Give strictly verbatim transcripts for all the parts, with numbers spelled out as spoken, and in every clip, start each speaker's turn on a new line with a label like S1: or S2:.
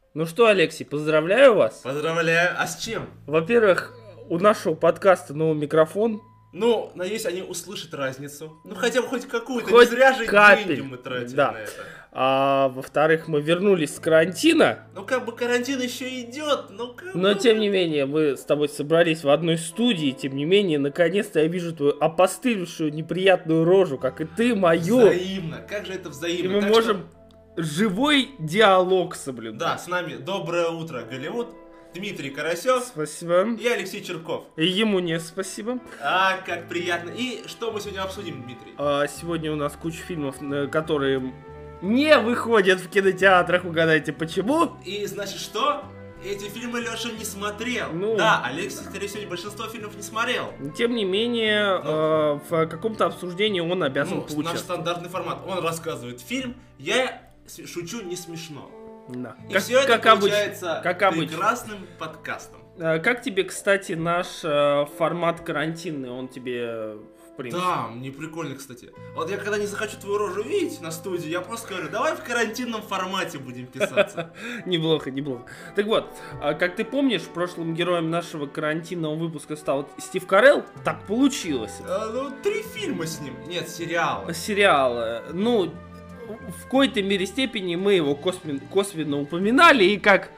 S1: Ну что, Алексей, поздравляю вас.
S2: Поздравляю. А с чем?
S1: Во-первых, у нашего подкаста новый микрофон.
S2: Ну, надеюсь, они услышат разницу. Ну, хотя бы хоть какую-то.
S1: Хоть
S2: Не зря же
S1: капель.
S2: деньги мы тратим
S1: Да.
S2: на это.
S1: А во-вторых, мы вернулись с карантина.
S2: Ну, как бы карантин еще идет, но как
S1: Но
S2: бы...
S1: тем не менее, мы с тобой собрались в одной студии. Тем не менее, наконец-то я вижу твою опостылевшую неприятную рожу, как и ты мою.
S2: Взаимно. Как же это взаимно?
S1: И мы
S2: Так
S1: можем живой диалог соблюдать.
S2: что- Да, с нами доброе утро, Голливуд. Дмитрий Карасев
S1: Спасибо.
S2: и Алексей Черков.
S1: И ему не спасибо.
S2: А, как приятно. И что мы сегодня обсудим, Дмитрий?
S1: А, сегодня у нас куча фильмов, э, которые не выходят в кинотеатрах. Угадайте почему?
S2: И значит что? Эти фильмы Леша не смотрел.
S1: Ну.
S2: Да, Алексей, скорее всего, большинство фильмов не смотрел.
S1: Тем не менее, э, в каком-то обсуждении он обязан
S2: Ну, наш
S1: поучаствовать.
S2: стандартный формат. Он рассказывает фильм, я с- шучу не смешно.
S1: Да.
S2: И
S1: Как,
S2: все это
S1: как обычно.
S2: получается
S1: Как обычно.
S2: прекрасным подкастом.
S1: Э, Как тебе, кстати, наш э, формат карантинный? Он тебе, э, в принципе...
S2: Да, мне прикольно, кстати. Вот я когда не захочу твою рожу видеть на студии, я просто говорю, давай в карантинном формате будем писаться.
S1: Неплохо, неплохо. Так вот, а, как ты помнишь, прошлым героем нашего карантинного выпуска стал Стив Карелл. Так получилось.
S2: А, Ну, три фильма с ним. Нет, сериалы.
S1: Сериал. э, Ну, в какой-то мере степени мы его косвен- косвенно упоминали, и как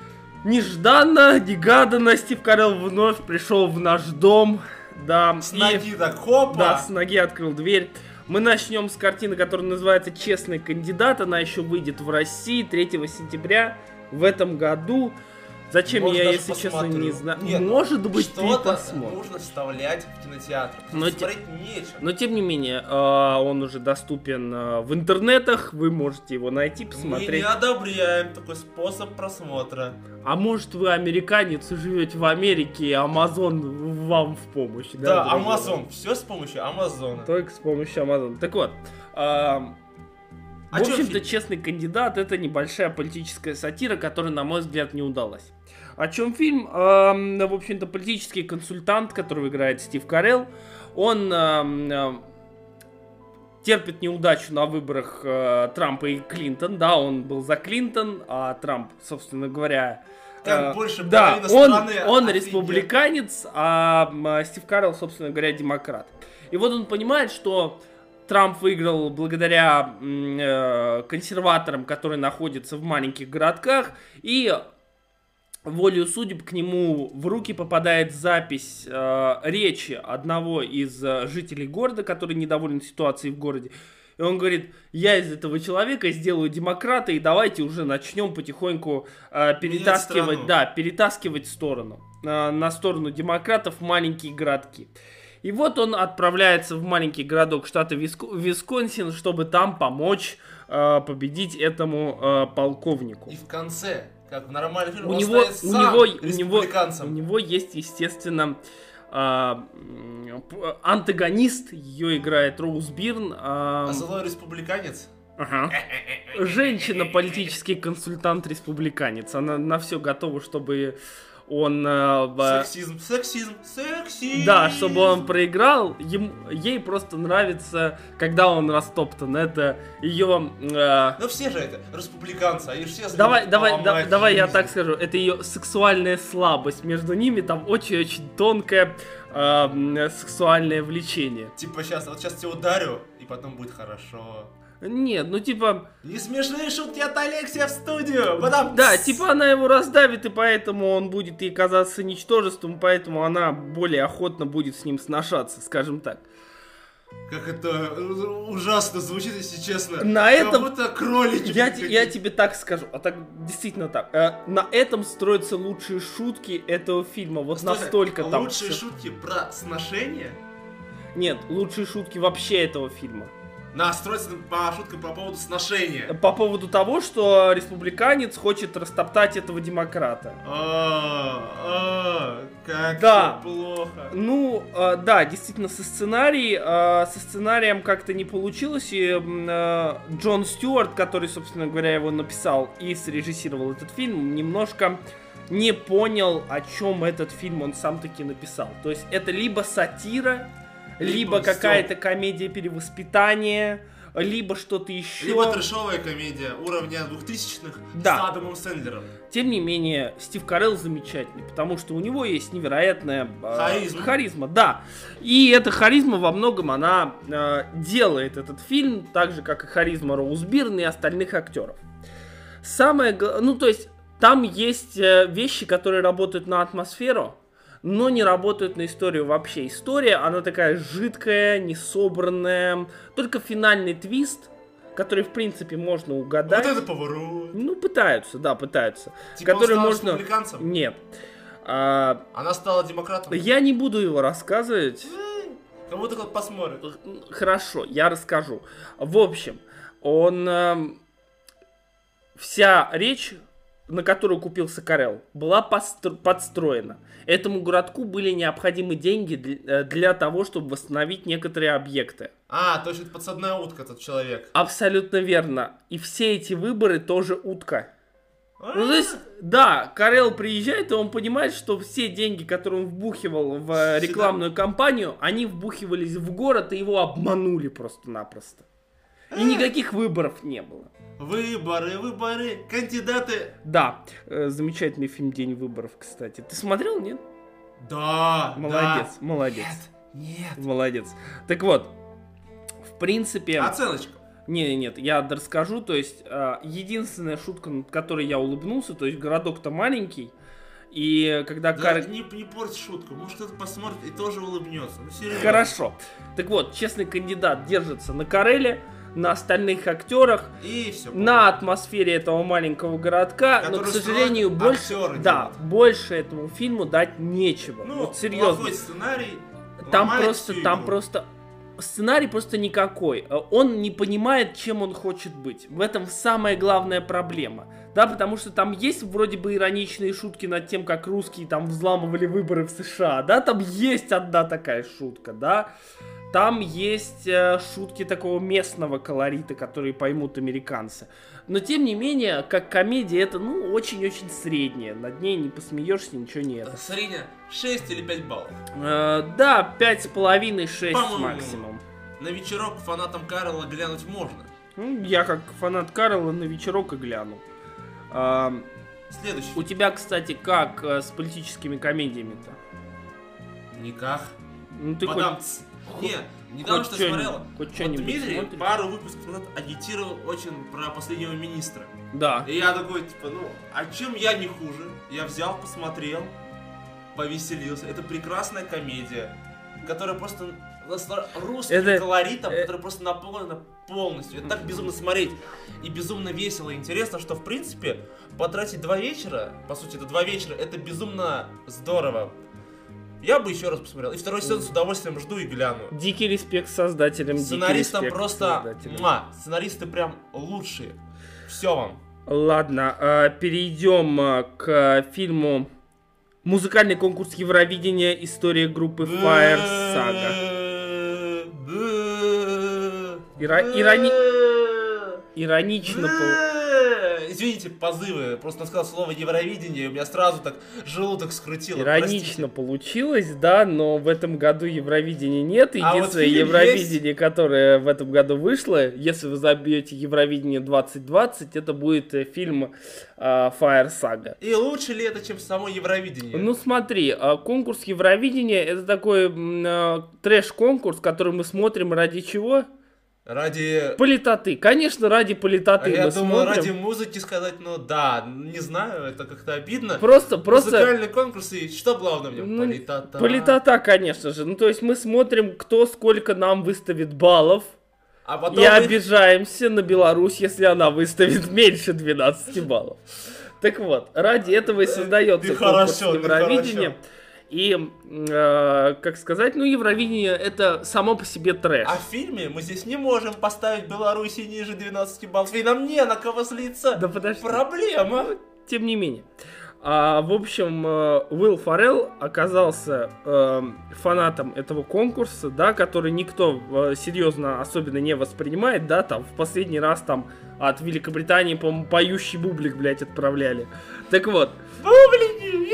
S1: нежданно, негаданно Стив Карелл вновь пришел в наш дом. Да,
S2: С
S1: и-
S2: ноги так, хопа.
S1: да, с ноги открыл дверь. Мы начнем с картины, которая называется «Честный кандидат». Она еще выйдет в России третьего сентября в этом году. Зачем
S2: Может,
S1: я,
S2: даже
S1: если честно,
S2: посмотрю.
S1: не знаю.
S2: Нет,
S1: Может быть, ты
S2: Что-то
S1: посмотришь.
S2: нужно вставлять в кинотеатр.
S1: Но те-
S2: Смотреть нечего.
S1: Но тем не менее, э, он уже доступен э, в интернетах. Вы можете его найти,
S2: Мы
S1: посмотреть.
S2: не одобряем такой способ просмотра.
S1: А может, вы американец и живете в Америке, и Amazon вам в помощь.
S2: Да,
S1: дорогие
S2: Amazon. Все с помощью Амазона.
S1: Только с помощью Amazon. Так вот, ам,
S2: А
S1: в
S2: чё
S1: общем-то,
S2: фильм?
S1: «Честный кандидат» — это небольшая политическая сатира, которая, на мой взгляд, не удалась. О чем фильм? Ам, в общем-то, политический консультант, которого играет Стив Карелл, он ам, ам, терпит неудачу на выборах э, Трампа и Клинтон. Да, он был за Клинтон, а Трамп, собственно говоря...
S2: Как
S1: э,
S2: больше
S1: да,
S2: половины
S1: он,
S2: страны
S1: он
S2: офигел.
S1: республиканец, а м, Стив Карелл, собственно говоря, демократ. И вот он понимает, что Трамп выиграл благодаря м, э, консерваторам, которые находятся в маленьких городках, и волею судеб к нему в руки попадает запись э, речи одного из э, жителей города, который недоволен ситуацией в городе. И он говорит: я из этого человека сделаю демократа, и давайте уже начнем потихоньку э, перетаскивать,
S2: страну.
S1: да, перетаскивать в сторону, э, на сторону демократов маленькие городки. И вот он отправляется в маленький городок штата Виско- Висконсин, чтобы там помочь э, победить этому э, полковнику.
S2: И в конце, как в нормальном фильме,
S1: У
S2: он
S1: него,
S2: станет
S1: у,
S2: сам
S1: него, у, него, у
S2: республиканцем.
S1: него есть, естественно, а, м, п- антагонист, ее играет Роуз Бирн. а,
S2: А злой республиканец?
S1: ага. Женщина, политический консультант-республиканец. Она на все готова, чтобы он... а, в-
S2: Сексизм, сексизм, сексизм.
S1: Да, чтобы он проиграл, ем- ей просто нравится, когда он растоптан. Это ее... а,
S2: Ну все же это республиканцы, они же все хотят
S1: Давай, давай, да-
S2: поломать
S1: давай я
S2: жизнь.
S1: так скажу, это ее сексуальная слабость. Между ними там очень-очень тонкое э, м, сексуальное влечение.
S2: Типа сейчас, вот сейчас тебя ударю, и потом будет хорошо.
S1: Нет, ну типа,
S2: Не смешные шутки от Алексея в студию, потом...
S1: да, типа она его раздавит, и поэтому он будет ей казаться ничтожеством, поэтому она более охотно будет с ним сношаться, скажем так.
S2: Как это ужасно звучит, если честно.
S1: На
S2: Как
S1: этом-
S2: будто кролики.
S1: Я, те-
S2: какие-то.
S1: я тебе так скажу, а так действительно так. Э, на этом строятся лучшие шутки этого фильма, вот
S2: Стой,
S1: настолько там.
S2: Лучшие
S1: всё-
S2: шутки про сношение?
S1: Нет, лучшие шутки вообще этого фильма.
S2: На, строится по шуткам по поводу сношения.
S1: По поводу того, что республиканец хочет растоптать этого демократа.
S2: А, а, как
S1: Да.
S2: всё плохо.
S1: Ну, э, да, действительно, со сценарий, э, со сценарием как-то не получилось, и м, э, Джон Стюарт, который, собственно говоря, его написал и срежиссировал этот фильм, немножко не понял, о чем этот фильм он сам таки написал. То есть это либо сатира, либо
S2: Либо
S1: какая-то комедия перевоспитания, либо что-то еще.
S2: Либо трэшовая комедия уровня двухтысячных
S1: Да.
S2: с Адамом Сэндлером.
S1: Тем не менее, Стив Карелл замечательный, потому что у него есть невероятная э,
S2: Харизма.
S1: харизма, да. И эта харизма во многом она э, делает этот фильм, так же как и харизма Роуз Бирн и остальных актеров. Самое, гла- ну то есть там есть э, вещи, которые работают на атмосферу, но не работают на историю вообще. История, она такая жидкая, несобранная. Только финальный твист, который, в принципе, можно угадать.
S2: Вот это поворот.
S1: Ну, пытаются, да, пытаются.
S2: Типа он
S1: который
S2: стал
S1: можно...
S2: республиканцем?
S1: Нет. А,
S2: Она стала демократом?
S1: я не буду его рассказывать.
S2: Кому-то кто посмотрит.
S1: Хорошо, я расскажу. В общем, он... эм, вся речь, на которую купился Карелл, была постро- подстроена. Этому городку были необходимы деньги для, для того, чтобы восстановить некоторые объекты.
S2: А, то есть это подсадная утка, этот человек.
S1: Абсолютно верно. И все эти выборы тоже утка. Ну, то есть, да, Карелл приезжает, и он понимает, что все деньги, которые он вбухивал в рекламную кампанию, они вбухивались в город, и его обманули просто-напросто. И никаких выборов не было.
S2: Выборы, выборы, кандидаты.
S1: Да, э, замечательный фильм «День выборов», кстати. Ты смотрел, нет?
S2: Да,
S1: Молодец,
S2: да.
S1: молодец.
S2: Нет, нет.
S1: Молодец. Так вот, в принципе...
S2: Оценочка.
S1: Не, нет, я расскажу, то есть, э, единственная шутка, над которой я улыбнулся, то есть, городок-то маленький, и когда...
S2: Да,
S1: Кар...
S2: не, не порть шутку, может кто-то посмотрит и тоже улыбнется. Ну, серьезно.
S1: Хорошо. Так вот, честный кандидат держится на Карелле, на остальных актерах,
S2: И все.
S1: на атмосфере этого маленького городка, но, к
S2: Который
S1: сожалению,
S2: строят
S1: больше,
S2: актеры
S1: да,
S2: делают.
S1: больше этому фильму дать нечего.
S2: Ну,
S1: вот серьезно.
S2: плохой сценарий.
S1: Там
S2: ломает
S1: просто,
S2: всю
S1: там
S2: игру.
S1: просто сценарий просто никакой. Он не понимает, чем он хочет быть. В этом самая главная проблема. Да, потому что там есть вроде бы ироничные шутки над тем, как русские там взламывали выборы в США. Да, там есть одна такая шутка, да. Там есть э, шутки такого местного колорита, которые поймут американцы. Но тем не менее, как комедия, это ну очень-очень средняя. Над ней не посмеешься, ничего не это.
S2: Средняя шесть или пять баллов.
S1: Э, да, пять с половиной шесть
S2: По-моему,
S1: максимум.
S2: На вечерок фанатам Карла глянуть можно.
S1: Ну, я как фанат Карла на вечерок и гляну. А,
S2: Следующий.
S1: у тебя, кстати, как э, с политическими комедиями-то?
S2: Никак.
S1: Ну ты
S2: Мадам
S1: хоть,
S2: Ц- Не, недавно
S1: хоть
S2: что
S1: что-нибудь-
S2: смотрела.
S1: хоть
S2: Вот
S1: что-нибудь
S2: Дмитрий
S1: смотришь?
S2: пару выпусков назад агитировал очень про последнего министра.
S1: Да.
S2: И я такой, типа, ну, а чем я не хуже? Я взял, посмотрел, повеселился. Это прекрасная комедия, которая просто с русским
S1: Это-
S2: колоритом,
S1: э-
S2: которая просто наполнена полностью. Это так безумно смотреть. И безумно весело и интересно, что, в принципе, потратить два вечера, по сути, это два вечера, это безумно здорово. Я бы еще раз посмотрел. И второй сезон с удовольствием жду и гляну.
S1: Дикий респект создателям. дикий
S2: Сценаристам
S1: респект
S2: просто...
S1: создателям.
S2: Муа, сценаристы прям лучшие. Все вам.
S1: Ладно, э, перейдем э, к фильму «Музыкальный конкурс Евровидения. История группы Fire Saga». Ира- ирони- Иронично пол-
S2: Извините, позывы. Просто он сказал слово Евровидение, и у меня сразу так желудок скрутило.
S1: Иронично получилось, да, но в этом году Евровидения нет.
S2: А вот
S1: Единственное
S2: фильм
S1: Евровидение, которое в этом году вышло, если вы забьете Евровидение двадцать двадцать, это будет э, фильм э, Fire Saga.
S2: И лучше ли это, чем само Евровидение?
S1: Ну смотри, э, конкурс Евровидения это такой м, э, трэш-конкурс, который мы смотрим ради чего?
S2: Ради...
S1: Политоты. Конечно, ради
S2: А
S1: политоты
S2: я
S1: мы
S2: думал,
S1: смотрим.
S2: ради музыки сказать, ну да, не знаю, это как-то обидно.
S1: Просто, просто...
S2: Музыкальный конкурс, и что главное в нем?
S1: Ну,
S2: Политота.
S1: Политота, конечно же. Ну, то есть мы смотрим, кто сколько нам выставит баллов.
S2: А потом
S1: И
S2: мы-
S1: обижаемся на Беларусь, если она выставит меньше двенадцати баллов. Так вот, ради этого и создается
S2: Ты
S1: конкурс
S2: хорошо, ты
S1: Евровидения.
S2: хорошо.
S1: И, э, как сказать, ну, Евровидение это само по себе трэш.
S2: А в фильме мы здесь не можем поставить Беларуси ниже двенадцати баллов, и нам не на кого злиться.
S1: Да подожди.
S2: Проблема.
S1: Тем не менее. А, в общем, э, Уилл Форелл оказался э, фанатом этого конкурса, да, который никто э, серьезно особенно не воспринимает, да, там в последний раз там от Великобритании, по-моему, поющий бублик, блядь, отправляли. Так вот.
S2: Бублики!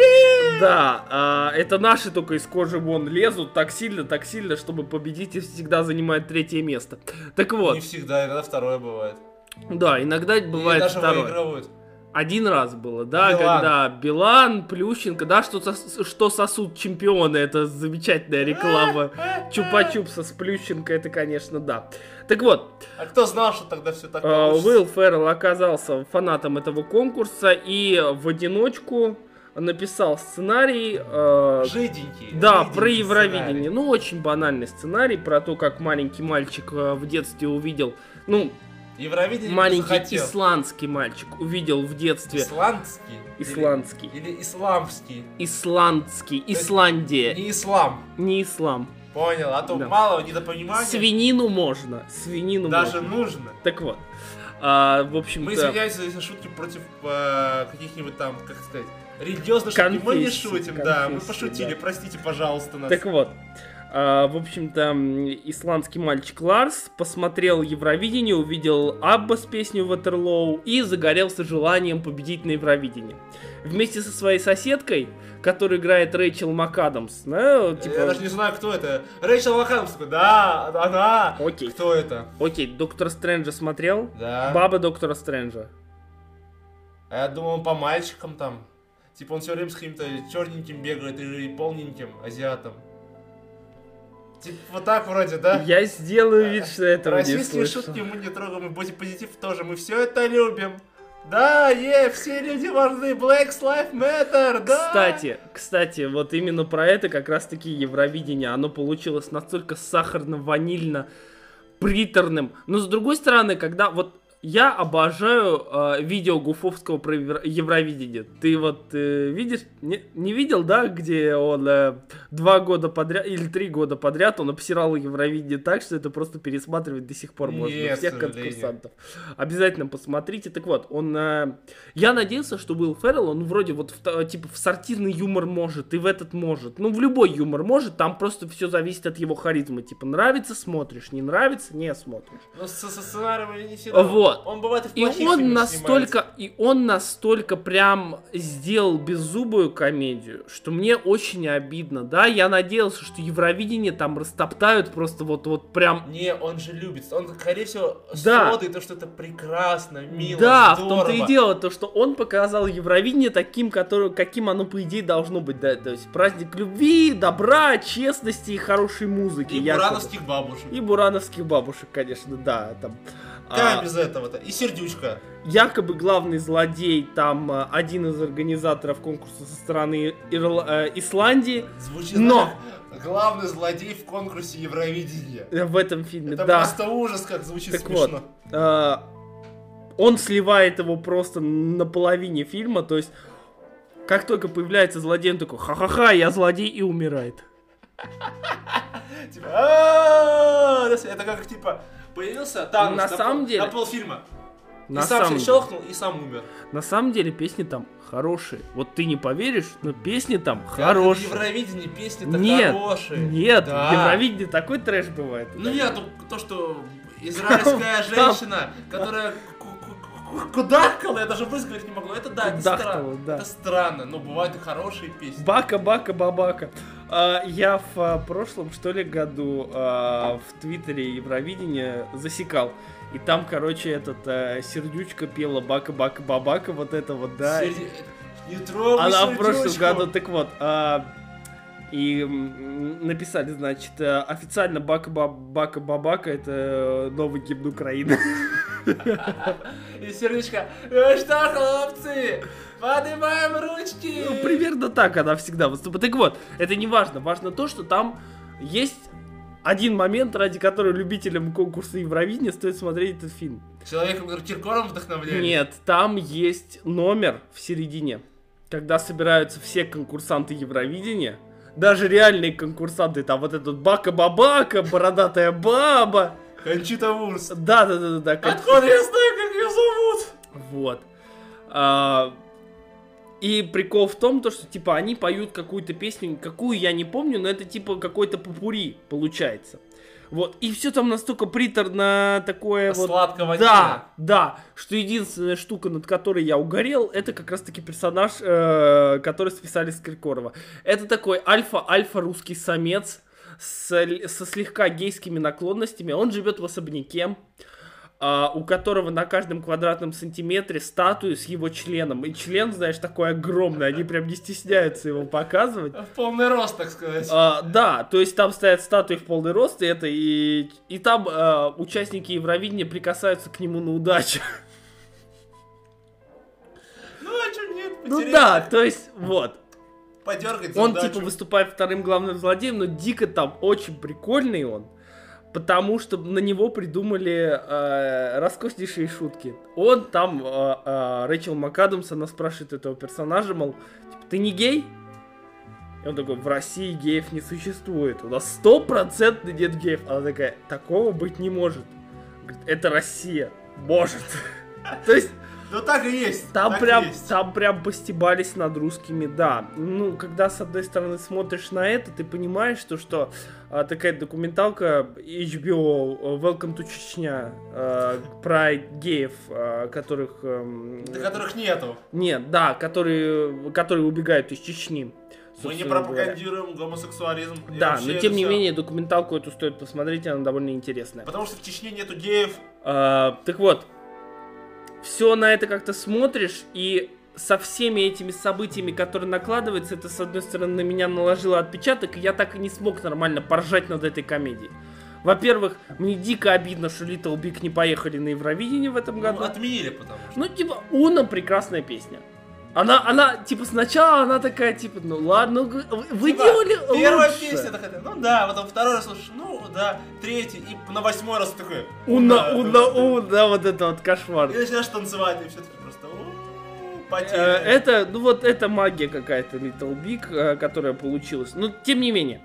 S1: Да, а, это наши только из кожи вон лезут так сильно, так сильно, чтобы победитель всегда занимает третье место. Так вот.
S2: Не всегда, иногда второе бывает.
S1: Да, иногда бывает
S2: и даже
S1: второе.
S2: Выигрывают.
S1: Один раз было, да,
S2: Билан.
S1: когда Билан, Плющенко, да, что, сос, что сосут чемпионы, это замечательная реклама Чупа-Чупса с Плющенко, это, конечно, да. Так вот.
S2: А кто знал, что тогда все так
S1: получится? Уилл Феррелл оказался фанатом этого конкурса и в одиночку написал сценарий. Э,
S2: Жиденький.
S1: Да,
S2: жиденький
S1: про Евровидение.
S2: Сценарий.
S1: Ну, очень банальный сценарий про то, как маленький мальчик в детстве увидел, ну,
S2: Евровидение
S1: маленький исландский мальчик увидел в детстве.
S2: Исландский?
S1: Исландский.
S2: Или, или исламский?
S1: Исландский. Исландия.
S2: Не ислам.
S1: Не ислам.
S2: Понял, а то
S1: Да.
S2: мало недопонимания.
S1: Свинину можно. Свинину
S2: Даже
S1: можно.
S2: нужно.
S1: Так вот. А, в общем-то...
S2: Мы извиняемся за шутки против э, каких-нибудь там, как сказать, религиозных шутки. Мы не шутим, да. Мы пошутили,
S1: да.
S2: Простите, пожалуйста, нас.
S1: Так вот. Uh, в общем-то, исландский мальчик Ларс посмотрел Евровидение, увидел Абба с песней Waterloo и загорелся желанием победить на Евровидении. Вместе со своей соседкой, которая играет Рэйчел МакАдамс, ну, типа...
S2: Я даже не знаю, кто это. Рэйчел МакАдамс такой, да, она.
S1: Окей.
S2: Кто это?
S1: Окей, Доктора Стрэнджа смотрел?
S2: Да.
S1: Баба Доктора Стрэнджа.
S2: А я думал, он по мальчикам там. Типа он все время с каким-то черненьким бегает или полненьким азиатом. Типа вот так вроде, да?
S1: Я сделаю вид, что этого не
S2: Российские
S1: слышал.
S2: шутки мы не трогаем, и бодипозитив тоже, мы все это любим. Да, е, все люди важны, Black Lives Matter, да.
S1: Кстати, кстати, вот именно про это как раз-таки Евровидение, оно получилось настолько сахарно-ванильно приторным. Но с другой стороны, когда вот я обожаю э, видео Гуфовского про Евро- Евровидение. Ты вот э, видишь, не, не видел, да, где он э, два года подряд, или три года подряд он обсирал Евровидение так, что это просто пересматривать до сих пор можно.
S2: Нет,
S1: Всех
S2: к сожалению.
S1: конкурсантов. Обязательно посмотрите. Так вот, он... Э, я надеялся, что Уилл Феррелл, он вроде вот в, типа в сортирный юмор может, и в этот может. Ну, в любой юмор может, там просто все зависит от его харизмы. Типа, нравится — смотришь, не нравится — не смотришь.
S2: Ну, со, со сценарием не всегда.
S1: Вот.
S2: Он бывает и в
S1: И
S2: плохих
S1: он
S2: фильмах
S1: настолько, и он настолько прям сделал беззубую комедию, что мне очень обидно, да, я надеялся, что Евровидение там растоптают просто вот, вот прям...
S2: Не, он же любит, он, скорее всего,
S1: Да.
S2: соды, то, что это прекрасно, мило,
S1: Да, в
S2: здорово.
S1: том-то и дело, то, что он показал Евровидение таким, который, каким оно, по идее, должно быть, да, то есть праздник любви, добра, честности и хорошей музыки.
S2: И
S1: якобы.
S2: бурановских бабушек.
S1: И бурановских бабушек, конечно, да, там...
S2: Как
S1: а,
S2: без этого-то? И сердючка.
S1: Якобы главный злодей там э, один из организаторов конкурса со стороны Ирл- э, Исландии.
S2: Звучит,
S1: Но!
S2: как главный злодей в конкурсе Евровидения.
S1: Э, В этом фильме,
S2: Это
S1: да.
S2: просто ужас, как звучит
S1: Так
S2: смешно.
S1: вот, э, он сливает его просто на половине фильма, то есть как только появляется злодей, он такой: ха-ха-ха, я злодей, и умирает.
S2: Типа, «А-а-а!» это как типа появился Танос
S1: На
S2: на
S1: самом
S2: пол-
S1: деле-
S2: на полфильма.
S1: На
S2: и сам
S1: самом
S2: все щелкнул, и сам умер.
S1: На самом деле песни там хорошие. Вот ты не поверишь, но песни там
S2: Как
S1: хорошие.
S2: в Евровидении песни-то
S1: Нет,
S2: хорошие.
S1: нет,
S2: Да.
S1: в Евровидении такой трэш бывает.
S2: Ну нет, ну, то, что израильская женщина, которая ку- ку- ку- кудахкала, я даже высказать не могу. Это да, это
S1: Кудахкала,
S2: странно.
S1: да.
S2: Это странно, но бывают и хорошие песни.
S1: Бака-бака-бабака. А, я в а, прошлом, что ли, году а, в Твиттере Евровидения засекал. И там, короче, этот а, сердючка пела бака-бака-бабака, вот это вот, да.
S2: Серди- Не трогай
S1: Она в прошлом
S2: сердючку.
S1: году, так вот, а, и м, написали, значит, а, официально бака-бака-бабака — это новый гимн Украины.
S2: И сердечко. Ну что, хлопцы, поднимаем ручки.
S1: Ну, примерно так она всегда выступает. Так вот, это не важно. Важно то, что там есть один момент, ради которого любителям конкурса Евровидения стоит смотреть этот фильм.
S2: Человеком, который Киркором вдохновляет.
S1: Нет, там есть номер в середине, когда собираются все конкурсанты Евровидения, даже реальные конкурсанты, там вот этот Бака-Бабака, бородатая баба.
S2: Кончита Вурст.
S1: Да-да-да-да.
S2: Откуда я знаю, как ее зовут?
S1: Вот. А, и прикол в том, то, что типа они поют какую-то песню, какую я не помню, но это типа какой-то попури получается. Вот, и все там настолько приторно такое вот...
S2: Сладко-ванильное.
S1: Да, да, что единственная штука, над которой я угорел, это как раз-таки персонаж, э, который списали с Киркорова. Это такой альфа-альфа русский самец с, со слегка гейскими наклонностями. Он живет в особняке, э, у которого на каждом квадратном сантиметре статуи с его членом. И член, знаешь, такой огромный, они прям не стесняются его показывать.
S2: В полный рост, так сказать.
S1: А, да, то есть там стоят статуи в полный рост, и это и, и там а, участники Евровидения прикасаются к нему на удачу.
S2: Ну а что нет,
S1: Ну да, то есть вот.
S2: Подергать
S1: Он
S2: удачу.
S1: типа выступает вторым главным злодеем, но дико там очень прикольный он. Потому что на него придумали э, роскошнейшие шутки. Он там, э, э, Рэйчел МакАдамс, она спрашивает этого персонажа, мол, типа, ты не гей? И он такой, в России геев не существует. У нас стопроцентно нет геев. Она такая, такого быть не может. Говорит, это Россия. Может. То есть...
S2: Ну так и есть.
S1: Там
S2: так
S1: прям,
S2: есть.
S1: там прям постебались над русскими, да. Ну, когда с одной стороны смотришь на это, ты понимаешь, что, что а, такая документалка эйч би о Welcome to Чечня а, про геев, а, которых... А,
S2: До которых нету.
S1: Нет, да, которые, которые убегают из Чечни.
S2: Мы не
S1: говоря.
S2: пропагандируем гомосексуализм. И
S1: Да,
S2: вообще
S1: но
S2: это
S1: тем не
S2: всё.
S1: менее, документалку эту стоит посмотреть, она довольно интересная.
S2: Потому что в Чечне нету геев.
S1: А, так вот, все на это как-то смотришь, и со всеми этими событиями, которые накладываются, это, с одной стороны, на меня наложило отпечаток, и я так и не смог нормально поржать над этой комедией. Во-первых, мне дико обидно, что Little Big не поехали на Евровидение в этом году.
S2: Ну, отменили, потому что.
S1: Ну, типа, Уна прекрасная песня. Она, она, типа, сначала она такая, типа, ну ладно, вы, вы
S2: Типа,
S1: делали
S2: первая
S1: лучше.
S2: песня такая, ну да, потом второй раз слушаешь, ну да, третий, и на восьмой раз такой.
S1: Уна,
S2: «Уна,
S1: уна, уна, вот это вот кошмар.
S2: И начинаешь танцевать, и все-таки просто «У-у-у,
S1: Э,
S2: потеря».
S1: Это, ну вот, это магия какая-то Little Big, э, которая получилась. Но, тем не менее.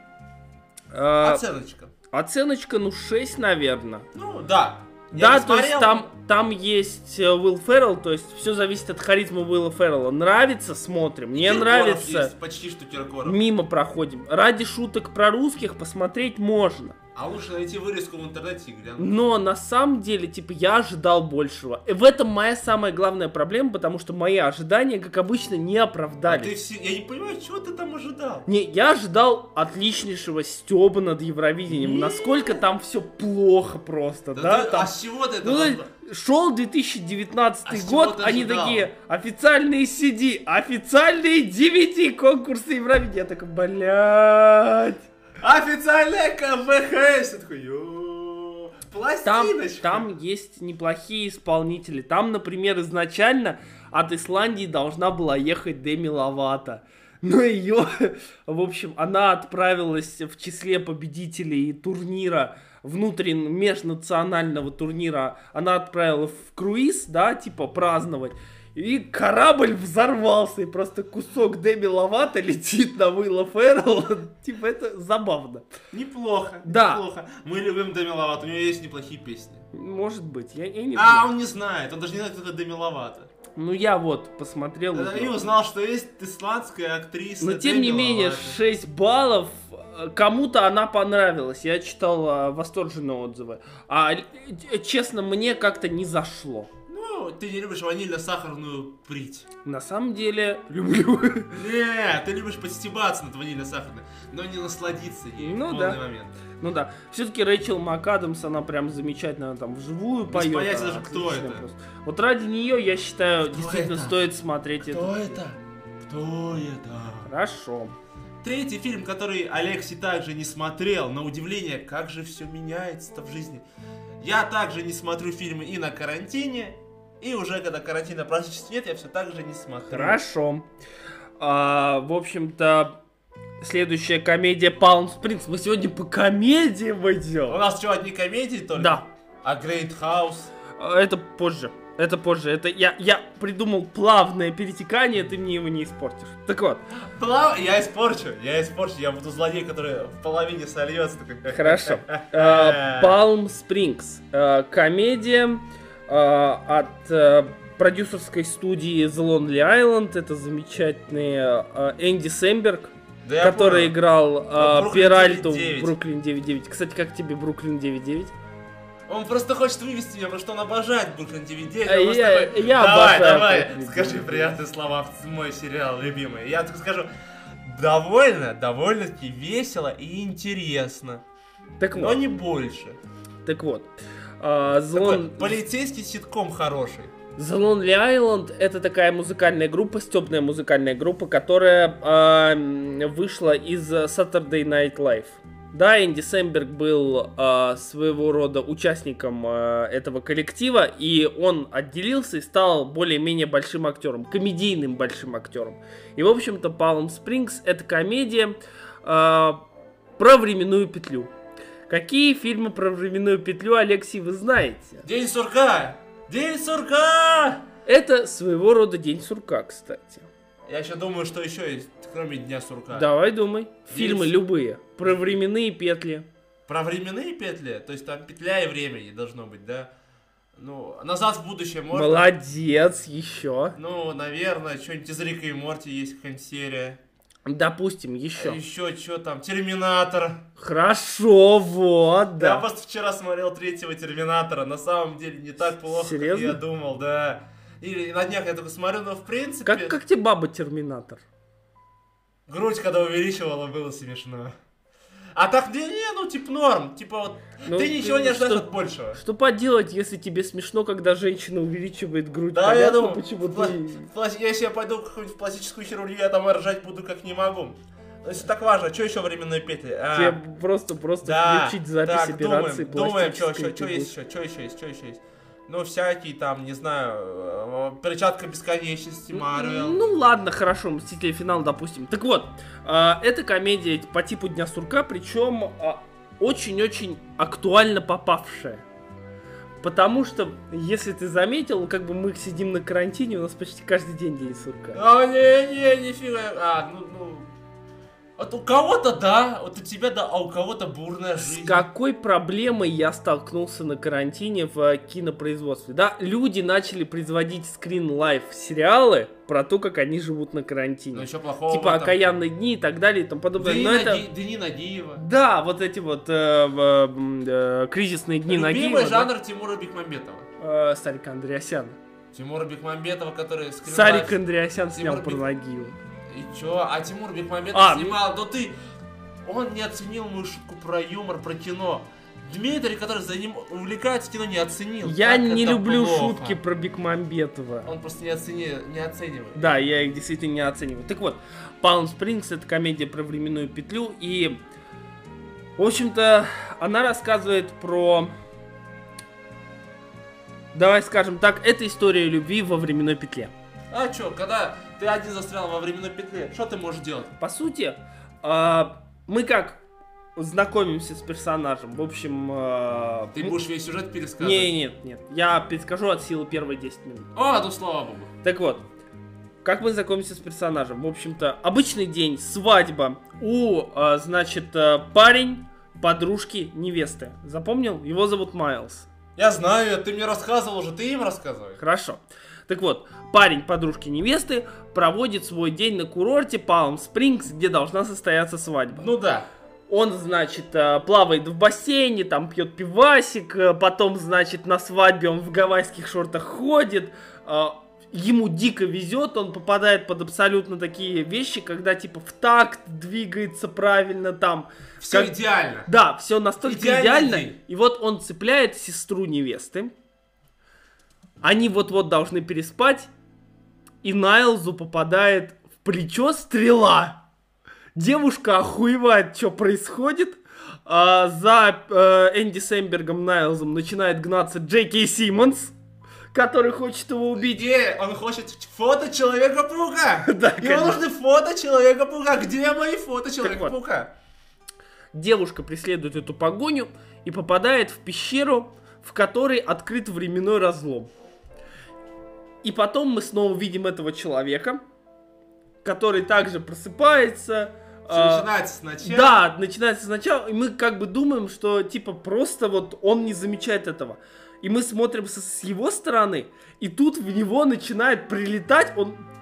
S1: э,
S2: Оценочка.
S1: Оценочка, ну, шесть, наверное.
S2: Ну, да.
S1: Да,
S2: Я
S1: то есть
S2: посмотрел.
S1: там, там есть э, Уилл Феррелл, то есть все зависит от харизмы Уилла Феррелла. Нравится, смотрим. Не
S2: Киркоров
S1: нравится,
S2: есть, почти что Киркоров.
S1: мимо проходим. Ради шуток про русских посмотреть можно.
S2: А лучше найти вырезку в интернете и глянуть.
S1: Но на самом деле, типа, я ожидал большего. И в этом моя самая главная проблема, потому что мои ожидания, как обычно, не
S2: А
S1: оправдались.
S2: ты все... Я не понимаю, чего ты там ожидал?
S1: Не, я ожидал отличнейшего стёба над Евровидением.
S2: Нет.
S1: Насколько там все плохо просто, да?
S2: Да ты-
S1: Там-
S2: А с чего ты это
S1: Ну,
S2: ожидал?
S1: шел две тысячи девятнадцатый
S2: А с чего
S1: год,
S2: ты
S1: они
S2: ожидал?
S1: такие, официальные си ди, официальные ди ви ди конкурсы Евровидения. Я такой, блядь.
S2: Официальная ка вэ ха эс! Я такой, ё,
S1: Там,
S2: пластиночка.
S1: там есть неплохие исполнители. Там, например, изначально от Исландии должна была ехать Деми Ловато. Но ее, в общем, она отправилась в числе победителей турнира, внутреннего межнационального турнира. Она отправилась в круиз, да, типа праздновать. И корабль взорвался, и просто кусок Деми Ловато летит на Уилла Феррелла. Типа, это забавно.
S2: Неплохо,
S1: Да.
S2: неплохо. Мы любим Деми Ловато, у него есть неплохие песни.
S1: Может быть, я, я не
S2: А,
S1: знаю.
S2: он не знает, он даже не знает, кто такая Деми Ловато.
S1: Ну, я вот посмотрел.
S2: И
S1: узнал.
S2: узнал, что есть исландская актриса
S1: Но тем не
S2: Деми
S1: менее,
S2: Ловато.
S1: шесть баллов. э, Кому-то она понравилась. Я читал э, восторженные отзывы. А э, честно, мне как-то не зашло.
S2: Ну, ты не любишь ванильно-сахарную прить.
S1: На самом деле, люблю.
S2: Нет, ты любишь подстебаться над ванильно-сахарной, но не насладиться ей
S1: Ну
S2: в полный
S1: да.
S2: момент.
S1: Ну да. Все-таки Рэйчел МакАдамс, она прям замечательно она там вживую
S2: Без
S1: поет.
S2: понятия
S1: она
S2: даже, кто
S1: отличная
S2: это.
S1: просто. Вот ради нее, я считаю,
S2: Кто
S1: действительно
S2: это?
S1: стоит смотреть это.
S2: это? Кто это?
S1: Хорошо.
S2: Третий фильм, который Алексей также не смотрел, на удивление, как же все меняется-то в жизни. Я также не смотрю фильмы и на карантине, и уже когда карантина практически нет, я все так же не смотрю.
S1: Хорошо. А, в общем-то, следующая комедия Palm Springs. Мы сегодня по комедиям
S2: У
S1: идем.
S2: нас что, одни комедии только?
S1: Да.
S2: А Great House?
S1: А, Это позже. Это позже. Это я, я придумал плавное перетекание, ты мне его не испортишь. Так вот.
S2: Плав... Я испорчу, я испорчу, я буду злодей, который в половине сольется. Такой.
S1: Хорошо. А, Palm Springs. А, Комедия а, от а, продюсерской студии The Lonely Island. Это замечательный а, Энди Сэмберг.
S2: Да я
S1: который
S2: понял.
S1: играл э,
S2: Бруклин
S1: Перальту в
S2: девять девять.
S1: Бруклин девять девять. Кстати, как тебе Бруклин девять девять?
S2: Он просто хочет вывести меня, потому что он обожает Бруклин девять девять.
S1: А
S2: Он просто
S1: я-
S2: такой,
S1: я
S2: давай,
S1: обожаю
S2: давай,
S1: Бруклин
S2: скажи
S1: девять девять.
S2: приятные слова в мой сериал любимый. Я так скажу, довольно, довольно-таки весело и интересно.
S1: Так
S2: Но
S1: вот,
S2: не больше.
S1: так вот. А, The
S2: Такой
S1: Lon-
S2: полицейский ситком хороший.
S1: The Lonely Island — это такая музыкальная группа, стёбная музыкальная группа, которая а, вышла из Saturday Night Live. Да, Энди Сэмберг был а, своего рода участником а, этого коллектива, и он отделился и стал более-менее большим актером, комедийным большим актером. И, в общем-то, Palm Springs — это комедия а, про временную петлю. Какие фильмы про временную петлю, Алексей, вы знаете?
S2: День сурка! День сурка!
S1: Это своего рода День сурка, кстати.
S2: Я еще думаю, что еще есть, кроме Дня сурка.
S1: Давай думай. Фильмы
S2: Есть.
S1: любые. Про временные петли.
S2: Про временные петли? То есть там петля и времени должно быть, да? Ну, назад в будущее можно?
S1: Молодец, еще.
S2: Ну, наверное, что-нибудь из Рика и Морти есть какая-нибудь серия.
S1: Допустим, еще.
S2: Еще что там? Терминатор.
S1: Хорошо, вот,
S2: Я
S1: да.
S2: просто вчера смотрел третьего Терминатора. На самом деле не так плохо,
S1: Серьезно?
S2: как я думал, да. Или на днях я только смотрю, но в принципе...
S1: Как, как тебе баба Терминатор?
S2: Грудь, когда увеличивала, было смешно. А так, не, не, ну, типа норм. Типа вот,
S1: Ну,
S2: ты ничего не ожидаешь
S1: что-
S2: от большего.
S1: Что поделать, если тебе смешно, когда женщина увеличивает грудь?
S2: Да, я
S1: Понятно,
S2: думаю,
S1: почему
S2: пла-
S1: ты...
S2: пла- если я пойду в какую-нибудь пластическую хирургию, я там ржать буду как не могу. Но если так важно, что еще временные петли? А,
S1: Тебе просто, просто
S2: да,
S1: включить запись
S2: так,
S1: операции
S2: думаем, думаем, что,
S1: пластической,
S2: что,
S1: ты
S2: есть еще, что еще есть, что еще есть. Ну, всякие там, не знаю, э, перчатка бесконечности, Марвел.
S1: Ну ладно, хорошо, Мстители Финал, допустим. Так вот, а, это комедия по типу Дня сурка, причем а, очень-очень актуально попавшая. Потому что, если ты заметил, как бы мы сидим на карантине, у нас почти каждый день День сурка.
S2: А, не-не, нифига. А, ну, ну. Вот у кого-то да, вот у тебя да, а у кого-то бурная
S1: С
S2: жизнь.
S1: какой проблемой я столкнулся на карантине в э, кинопроизводстве? Да, люди начали производить скрин-лайф сериалы про то, как они живут на карантине.
S2: Ну, еще плохого.
S1: Типа
S2: в этом.
S1: «Окаянные дни» и так далее и тому подобное.
S2: Дни
S1: Но это...
S2: Наги- Дни Нагиева.
S1: Да, вот эти вот э, э, э, кризисные дни
S2: Любимый
S1: Нагиева.
S2: жанр Тимура Бекмамбетова.
S1: Да? Э, Сарик Андреасян.
S2: Тимура Бекмамбетова, который скринлайф-
S1: Сарик Андреасян снял
S2: Тимур
S1: про
S2: Бек-
S1: Нагиева.
S2: И чё? А Тимур Бекмамбетов
S1: А,
S2: снимал, но ты... Он не оценил мою шутку про юмор, про кино. Дмитрий, который за ним увлекается кино, не оценил.
S1: Я
S2: Как
S1: не
S2: это
S1: люблю
S2: плохо.
S1: шутки про Бекмамбетова.
S2: Он просто не, оцени... не оценивает.
S1: Да, я их действительно не оцениваю. Так вот, Palm Springs — это комедия про временную петлю, и, в общем-то, она рассказывает про... Давай скажем так, это история любви во временной петле.
S2: А чё, когда ты один застрял во временной петле, что ты можешь делать?
S1: По сути, а, мы как знакомимся с персонажем, в общем... а,
S2: Ты
S1: мы-
S2: будешь весь сюжет пересказывать?
S1: Не, нет, нет, я перескажу от силы первые десять минут.
S2: А, ну слава богу.
S1: Так вот, как мы знакомимся с персонажем? В общем-то, обычный день, свадьба у, а, значит, а, парень, подружки, невесты. Запомнил? Его зовут Майлз.
S2: Я знаю, ты мне рассказывал уже, ты им рассказывай.
S1: Хорошо. Так вот, парень подружки невесты проводит свой день на курорте Palm Springs, где должна состояться свадьба.
S2: Ну да.
S1: Он, значит, э, плавает в бассейне, там пьет пивасик, э, потом, значит, на свадьбе он в гавайских шортах ходит, э, ему дико везет, он попадает под абсолютно такие вещи, когда, типа, в такт двигается правильно там.
S2: Все
S1: Как-
S2: идеально.
S1: Да, все настолько
S2: Идеальный
S1: идеально.
S2: день.
S1: И вот он цепляет сестру невесты. Они вот-вот должны переспать. И Найлзу попадает в плечо стрела. Девушка охуевает, что происходит. А, за э, Энди Сэмбергом Найлзом начинает гнаться Джей Кей Симмонс, который хочет его убить.
S2: Где? Он хочет фото Человека-паука.
S1: Да,
S2: Ему
S1: конечно.
S2: нужны фото Человека-паука. Где мои фото Человека-паука?
S1: Девушка преследует эту погоню и попадает в пещеру, в которой открыт временной разлом. И потом мы снова видим этого человека, который также просыпается.
S2: Всё
S1: а,
S2: начинается сначала.
S1: Да, начинается сначала, и мы как бы думаем, что типа просто вот он не замечает этого. И мы смотрим со- с его стороны, и тут в него начинает прилетать, он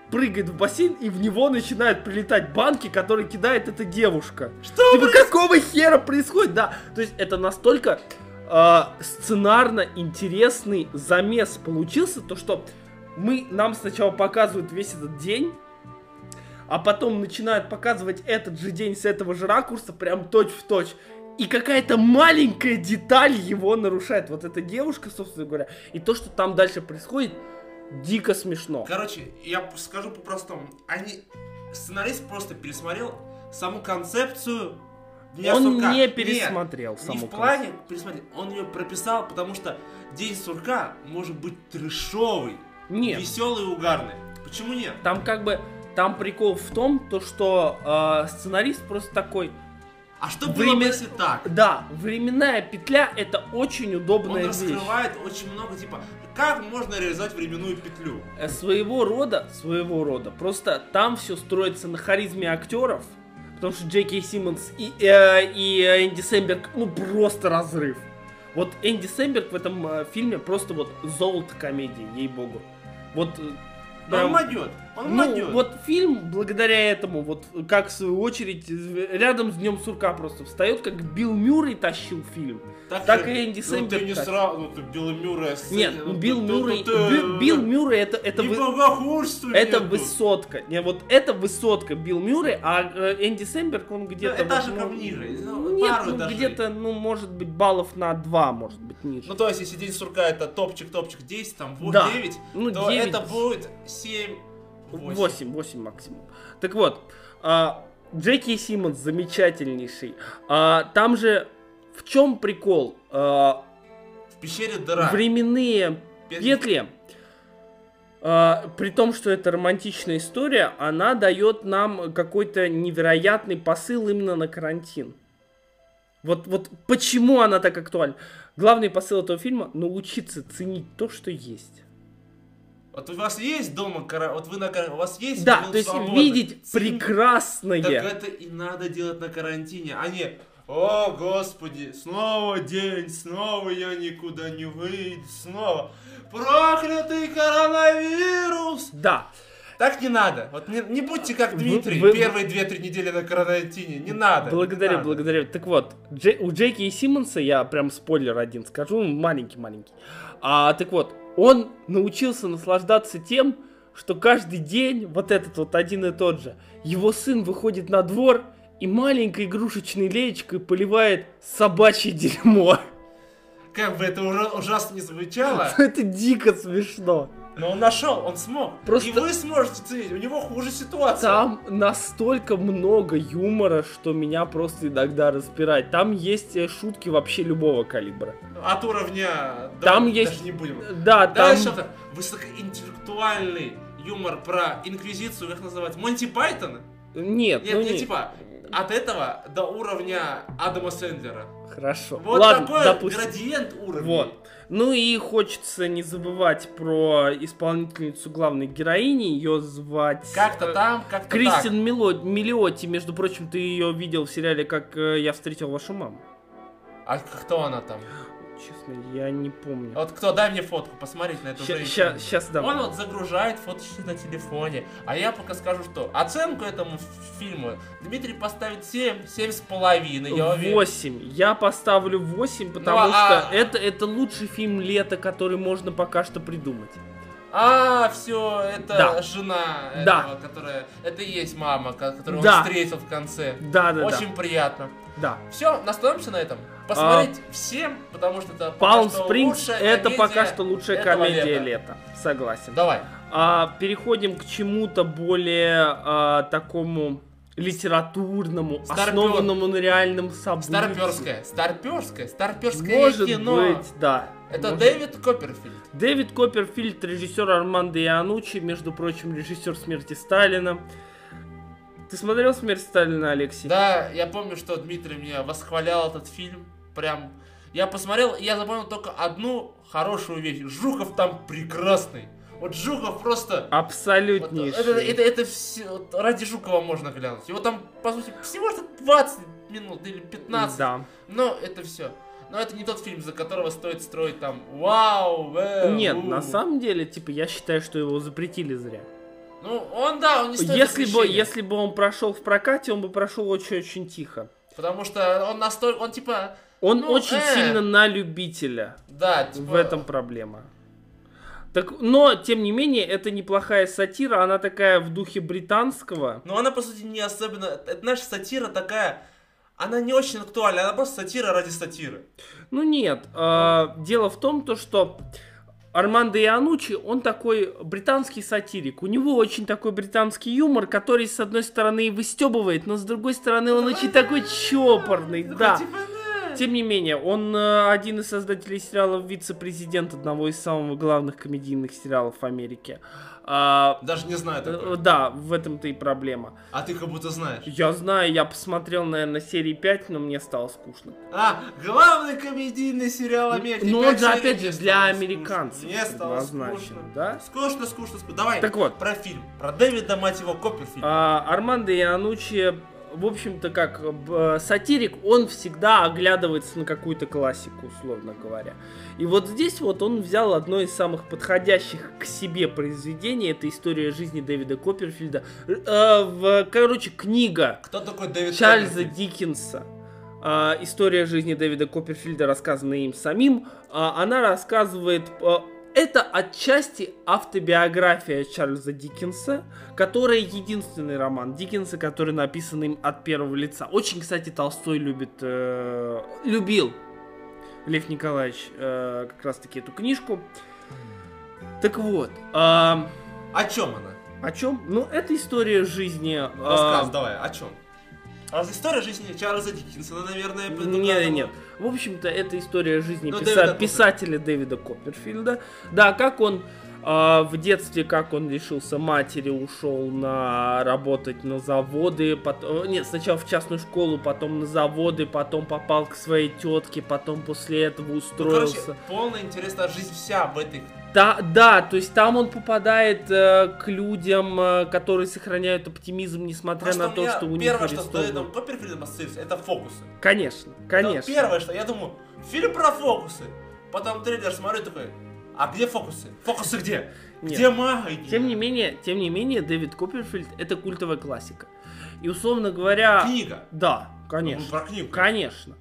S1: прыгает в бассейн, и в него начинают прилетать банки, которые кидает эта девушка.
S2: Что?
S1: Типа, какого хера происходит? Да, то есть это настолько э, сценарно интересный замес получился, то что мы, нам сначала показывают весь этот день, а потом начинают показывать этот же день с этого же ракурса, прям точь в точь. И какая-то маленькая деталь его нарушает. Вот эта девушка, собственно говоря. И то, что там дальше происходит, дико смешно.
S2: Короче, я скажу по-простому. Они... Сценарист просто пересмотрел саму концепцию Дня
S1: Он
S2: сурка.
S1: не пересмотрел
S2: Нет,
S1: саму
S2: не в плане пересмотреть. Он ее прописал, потому что День сурка может быть трэшовый,
S1: Нет.
S2: веселый и угарный. Почему нет?
S1: Там как бы... Там прикол в том, то, что э, сценарист просто такой...
S2: А что было
S1: Время-
S2: бы, если так?
S1: Да, временная петля — это очень удобная
S2: Он
S1: вещь.
S2: раскрывает очень много, типа, как можно реализовать временную петлю.
S1: Э, Своего рода, своего рода. Просто там все строится на харизме актеров, потому что Джей Кей Симмонс и, э, и Энди Сэмберг, ну просто разрыв. Вот Энди Сэмберг в этом э, фильме просто вот золото комедии, ей-богу. Вот... э,
S2: Но он
S1: прям-
S2: мадет, он
S1: Ну,
S2: мадет.
S1: вот фильм, благодаря этому, вот как в свою очередь, рядом с Днем сурка просто встает, как Билл Мюррей тащил фильм. так
S2: же-
S1: и Энди
S2: Ну
S1: Сэмберг
S2: ты не
S1: так.
S2: сразу, ну ты Билла Мюррея... с-
S1: Нет, ну,
S2: ну,
S1: Билл
S2: ты- ну,
S1: Мюррей,
S2: ты-
S1: Би- Билл Мюррей это, это,
S2: Не
S1: вы-
S2: богохульствуй
S1: это
S2: мне тут.
S1: высотка. Не, вот это высотка Билл Мюррей, а э, Энди Сэмберг, он где-то...
S2: Да,
S1: вот,
S2: этажиком
S1: ну,
S2: ниже, ну,
S1: Нет,
S2: пару
S1: ну,
S2: этажей.
S1: где-то, ну, может быть, баллов на два, может быть, ниже.
S2: Ну то есть, если День сурка это топчик-топчик десять, там
S1: Да.
S2: девять,
S1: Ну,
S2: то
S1: девять.
S2: это будет семь, восемь.
S1: восемь, восемь максимум. Так вот, а, Джей Кей Симмонс замечательнейший. А, там же в чем прикол? А,
S2: В пещере дыра.
S1: временные
S2: Пет-
S1: петли, а, при том, что это романтичная история, она дает нам какой-то невероятный посыл именно на карантин. Вот, вот почему она так актуальна? Главный посыл этого фильма — научиться ценить то, что есть.
S2: Вот у вас есть дома, кара- вот вы на кара- у вас есть
S1: Да,
S2: минут
S1: то есть
S2: свободы?
S1: видеть
S2: Цени-
S1: прекрасное.
S2: Так это и надо делать на карантине, а не «О, Господи, снова день, снова я никуда не выйду, снова проклятый коронавирус!»
S1: Да.
S2: Так не надо. Вот не, не будьте как
S1: Вы-
S2: Дмитрий,
S1: вы-
S2: первые две-три недели на карантине. Не надо.
S1: Благодарю,
S2: не надо.
S1: благодарю. Так вот, Джей- у Джей Кей Симмонса, я прям спойлер один скажу, он маленький-маленький. А, так вот, он научился наслаждаться тем, что каждый день, вот этот вот один и тот же, его сын выходит на двор и маленькой игрушечной леечкой поливает собачье дерьмо.
S2: Как бы это ужа- ужасно не звучало,
S1: Это дико смешно.
S2: но он нашел, он смог.
S1: Просто-
S2: И вы сможете ценить, у него хуже ситуация.
S1: Там настолько много юмора, что меня просто иногда распирает. Там есть э, шутки вообще любого калибра.
S2: От уровня...
S1: Там
S2: да,
S1: есть-
S2: Даже не будем.
S1: Да, там...
S2: Дальше высокоинтеллектуальный юмор про инквизицию, как называть? Монти Пайтон?
S1: Нет,
S2: Нет,
S1: ну
S2: не
S1: не-
S2: типа от этого до уровня Адама Сэндлера.
S1: Хорошо.
S2: Вот
S1: Ладно,
S2: такой
S1: допустим.
S2: градиент уровня.
S1: Вот. Ну и хочется не забывать про исполнительницу главной героини. Ее звать...
S2: Как-то
S1: э,
S2: там, как-то
S1: Кристин Мило... Миллиотти. Между прочим, ты ее видел в сериале «Как э, я встретил вашу маму».
S2: так. А кто она там?
S1: Честно, я не помню.
S2: Вот кто, дай мне фотку, посмотреть на эту женщину.
S1: Сейчас дам.
S2: Он вот загружает фоточки на телефоне. А я пока скажу, что оценку этому ф- фильму Дмитрий поставит семь, семь с половиной, я уверен.
S1: восемь. Я поставлю восемь, потому
S2: Ну, а-
S1: что это, это лучший фильм лета, который можно пока что придумать.
S2: А, все, это
S1: Да.
S2: жена
S1: Да.
S2: этого, которая... Это и есть мама, ко- которую
S1: Да.
S2: он встретил в конце.
S1: Да, да,
S2: Очень приятно.
S1: да.
S2: Все, остановимся на этом. Посмотреть всем, потому что это пока
S1: Палм
S2: что
S1: Спрингс
S2: лучшая
S1: это
S2: комедия
S1: пока что лучшая
S2: этого
S1: комедия
S2: лета.
S1: лета. Согласен.
S2: Давай.
S1: А, переходим к чему-то более а, такому литературному,
S2: Старпер.
S1: основанному на реальном событии.
S2: Старперское, старперское, старперское
S1: Может
S2: кино.
S1: быть, да.
S2: Это
S1: Может.
S2: Дэвид Копперфильд.
S1: Дэвид Копперфильд, режиссер Армандо Ианнуччи, между прочим, режиссер «Смерти Сталина». Ты смотрел «Смерть Сталина», Алексей?
S2: Да, я помню, что Дмитрий меня восхвалял этот фильм. Прям. Я посмотрел, и я запомнил только одну хорошую вещь. Жуков там прекрасный. Вот Жуков просто... Вот
S1: Абсолютнейший.
S2: это, это, это все, вот ради Жукова можно глянуть. Его там, по сути, всего что двадцать минут или пятнадцать.
S1: Да.
S2: Но это все. Но это не тот фильм, за которого стоит строить там вау, э,
S1: Нет,
S2: у.
S1: на самом деле, типа, я считаю, что его запретили зря.
S2: Ну, он, да, он не стоит
S1: Если бы,
S2: запрещения.
S1: если бы он прошел в прокате, он бы прошел очень-очень тихо.
S2: Потому что он настолько, он типа...
S1: Он
S2: ну,
S1: очень
S2: э.
S1: сильно на любителя.
S2: Да, типа...
S1: В этом проблема. Так, но, тем не менее, это неплохая сатира, она такая в духе британского.
S2: Но она, по сути, не особенно... Это, знаешь, сатира такая... Она не очень актуальна, она просто сатира ради сатиры.
S1: Ну нет, э, дело в том, то, что Армандо Ианнуччи, он такой британский сатирик. У него очень такой британский юмор, который, с одной стороны, и выстебывает, но с другой стороны, он очень такой чопорный, да. Тем не менее, он э, один из создателей сериала «Вице-президент», одного из самых главных комедийных сериалов Америки. А,
S2: Даже не знаю такое.
S1: э, да, в этом-то и проблема.
S2: А ты как будто знаешь.
S1: Я знаю, я посмотрел, наверное, серии пять, но мне стало скучно.
S2: А, главный комедийный сериал Америки.
S1: Ну,
S2: Пять
S1: он же,
S2: серий,
S1: опять же,
S2: мне
S1: для
S2: стало
S1: американцев
S2: скучно. Мне стало
S1: предназначен,
S2: скучно.
S1: да?
S2: Скучно, скучно, скучно. Давай,
S1: Так вот.
S2: про фильм. Про Дэвида, мать его, Копперфильда.
S1: А, Армандо Ианнуччи, в общем-то, как э, сатирик, он всегда оглядывается на какую-то классику, условно говоря. И вот здесь вот он взял одно из самых подходящих к себе произведений. Это история жизни Дэвида Копперфильда. Э, в, короче, книга
S2: Кто такой Дэвид
S1: Чарльза
S2: Копперфильд?
S1: Диккенса. Э, история жизни Дэвида Копперфильда, рассказанная им самим. Э, она рассказывает... Э, Это отчасти автобиография Чарльза Диккенса, которая единственный роман Диккенса, который написан им от первого лица. Очень, кстати, Толстой любит, э, любил Лев Николаевич э, как раз-таки эту книжку. Так вот, э,
S2: О чем она?
S1: о чем? Ну, это история жизни... э,
S2: Рассказ, давай, о чем? А история жизни Чарльза Диккенсона, наверное,
S1: Нет,
S2: предугадывала.
S1: нет. В общем-то, это история жизни
S2: Ну,
S1: писа-
S2: Дэвида
S1: писателя Дэвида Копперфильда. Да, как он э, в детстве, как он лишился матери, ушел на работать на заводы. Потом, нет, сначала в частную школу, потом на заводы, потом попал к своей тетке, потом после этого
S2: Ну,
S1: устроился.
S2: короче, полная интересная жизнь вся в этой...
S1: Да, да, то есть там он попадает э, к людям, э, которые сохраняют оптимизм, несмотря
S2: Просто
S1: на
S2: у
S1: то,
S2: меня
S1: что у них
S2: первое, что с
S1: арестовывают.
S2: Дэвидом Копперфильдом ассоциируется, это фокусы.
S1: Конечно,
S2: Это
S1: конечно.
S2: первое, что я думаю, фильм про фокусы. Потом трейлер смотрю такой, а где фокусы? Фокусы где?
S1: Нет.
S2: Где магия?
S1: Тем не менее, тем не менее, Дэвид Копперфильд это культовая классика. И условно говоря...
S2: Книга.
S1: Да,
S2: Ну,
S1: конечно.
S2: про книгу.
S1: Конечно.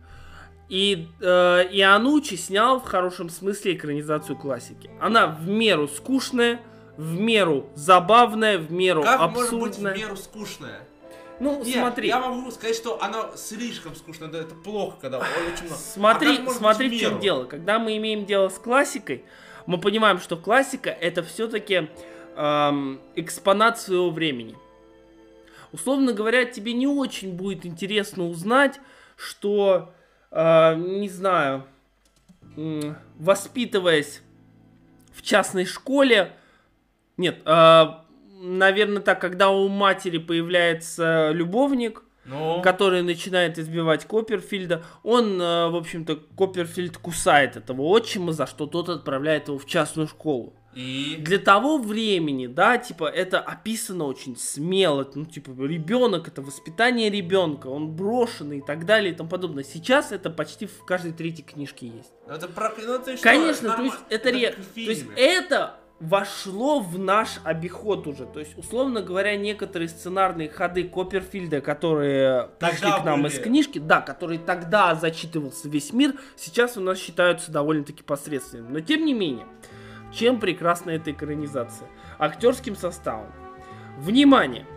S1: И э, Ианнуччи снял в хорошем смысле экранизацию классики. Она в меру скучная, в меру забавная, в меру
S2: Как может быть
S1: абсурдная.
S2: в меру скучная?
S1: Ну,
S2: Нет,
S1: смотри.
S2: я могу сказать, что она слишком скучная, да, это плохо, когда очень много.
S1: Смотри,
S2: А как может
S1: смотри,
S2: быть
S1: в чем
S2: меру?
S1: дело. Когда мы имеем дело с классикой, мы понимаем, что классика это все-таки эм, экспонат своего времени. Условно говоря, тебе не очень будет интересно узнать, что, э, не знаю, э, воспитываясь в частной школе, нет, э, наверное так, когда у матери появляется любовник,
S2: Ну,
S1: который начинает избивать Копперфильда, он, э, в общем-то, Копперфильд кусает этого отчима, за что тот отправляет его в частную школу.
S2: и...
S1: Для того времени, да, типа, это описано очень смело, ну, типа, ребенок, это воспитание ребенка, он брошенный и так далее и тому подобное. Сейчас это почти в каждой третьей книжке есть.
S2: Это про... Ну, ты что,
S1: Конечно, то
S2: норма-
S1: есть это, ре...
S2: как в
S1: то есть
S2: фильме.
S1: это вошло в наш обиход уже. То есть, условно говоря, некоторые сценарные ходы Копперфильда, которые пришли
S2: Тогда
S1: к нам
S2: были.
S1: из книжки, да, который тогда зачитывался весь мир, сейчас у нас считаются довольно-таки посредственными. Но тем не менее, чем прекрасна эта экранизация? Актерским составом. Внимание!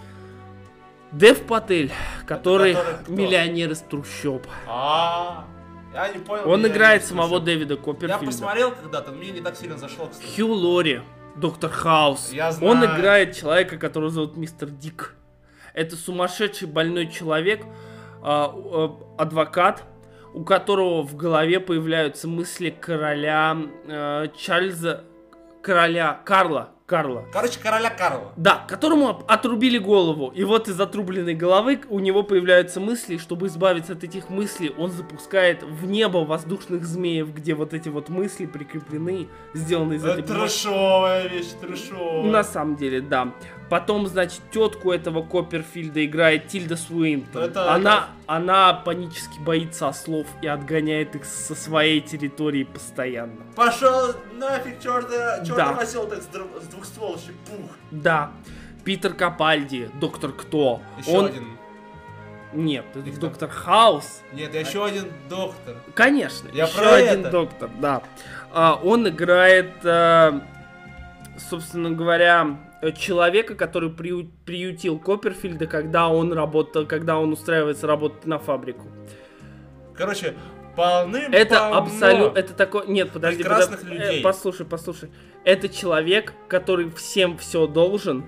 S1: Дев Патель, который,
S2: который кто?
S1: миллионер из трущоб.
S2: А, я не понял.
S1: Он
S2: я
S1: играет
S2: не
S1: самого
S2: слышал.
S1: Дэвида
S2: Я
S1: Копперфильда.
S2: посмотрел когда-то, но мне не так сильно зашло, кстати.
S1: Хью Лори, Доктор Хаус.
S2: Я
S1: Он
S2: знаю.
S1: играет человека, которого зовут Мистер Дик. Это сумасшедший больной человек, а, а, адвокат, у которого в голове появляются мысли короля а, Чарльза, короля Карла. Карла.
S2: Короче, короля Карла.
S1: Да, которому об- отрубили голову. И вот из отрубленной головы у него появляются мысли. Чтобы избавиться от этих мыслей, он запускает в небо воздушных змеев, где вот эти вот мысли прикреплены, сделаны из этой
S2: Это
S1: бумаги.
S2: трэшовая вещь, трэшовая.
S1: На самом деле, да. Потом, значит, тетку этого Копперфильда играет Тильда Суинтон.
S2: Это-
S1: она, она панически боится ослов и отгоняет их со своей территории постоянно.
S2: Пошел нафиг, черный, черный
S1: Да.
S2: осел так с, дру- с двухстволочный пух.
S1: Да. Питер Капальди, Доктор Кто.
S2: Еще
S1: Он...
S2: один.
S1: Нет, это
S2: Кто?
S1: Доктор Хаус.
S2: Нет, еще а... один доктор.
S1: Конечно,
S2: Я
S1: еще
S2: про
S1: один
S2: это.
S1: доктор, да. А, он играет, а, собственно говоря, человека, который прию... приютил Копперфильда, когда он работал, когда он устраивается работать на фабрику.
S2: Короче, полным
S1: Это абсолютно, это такой, нет, подожди,
S2: прекрасных
S1: подожди,
S2: людей.
S1: э, послушай, послушай. Это человек, который всем все должен.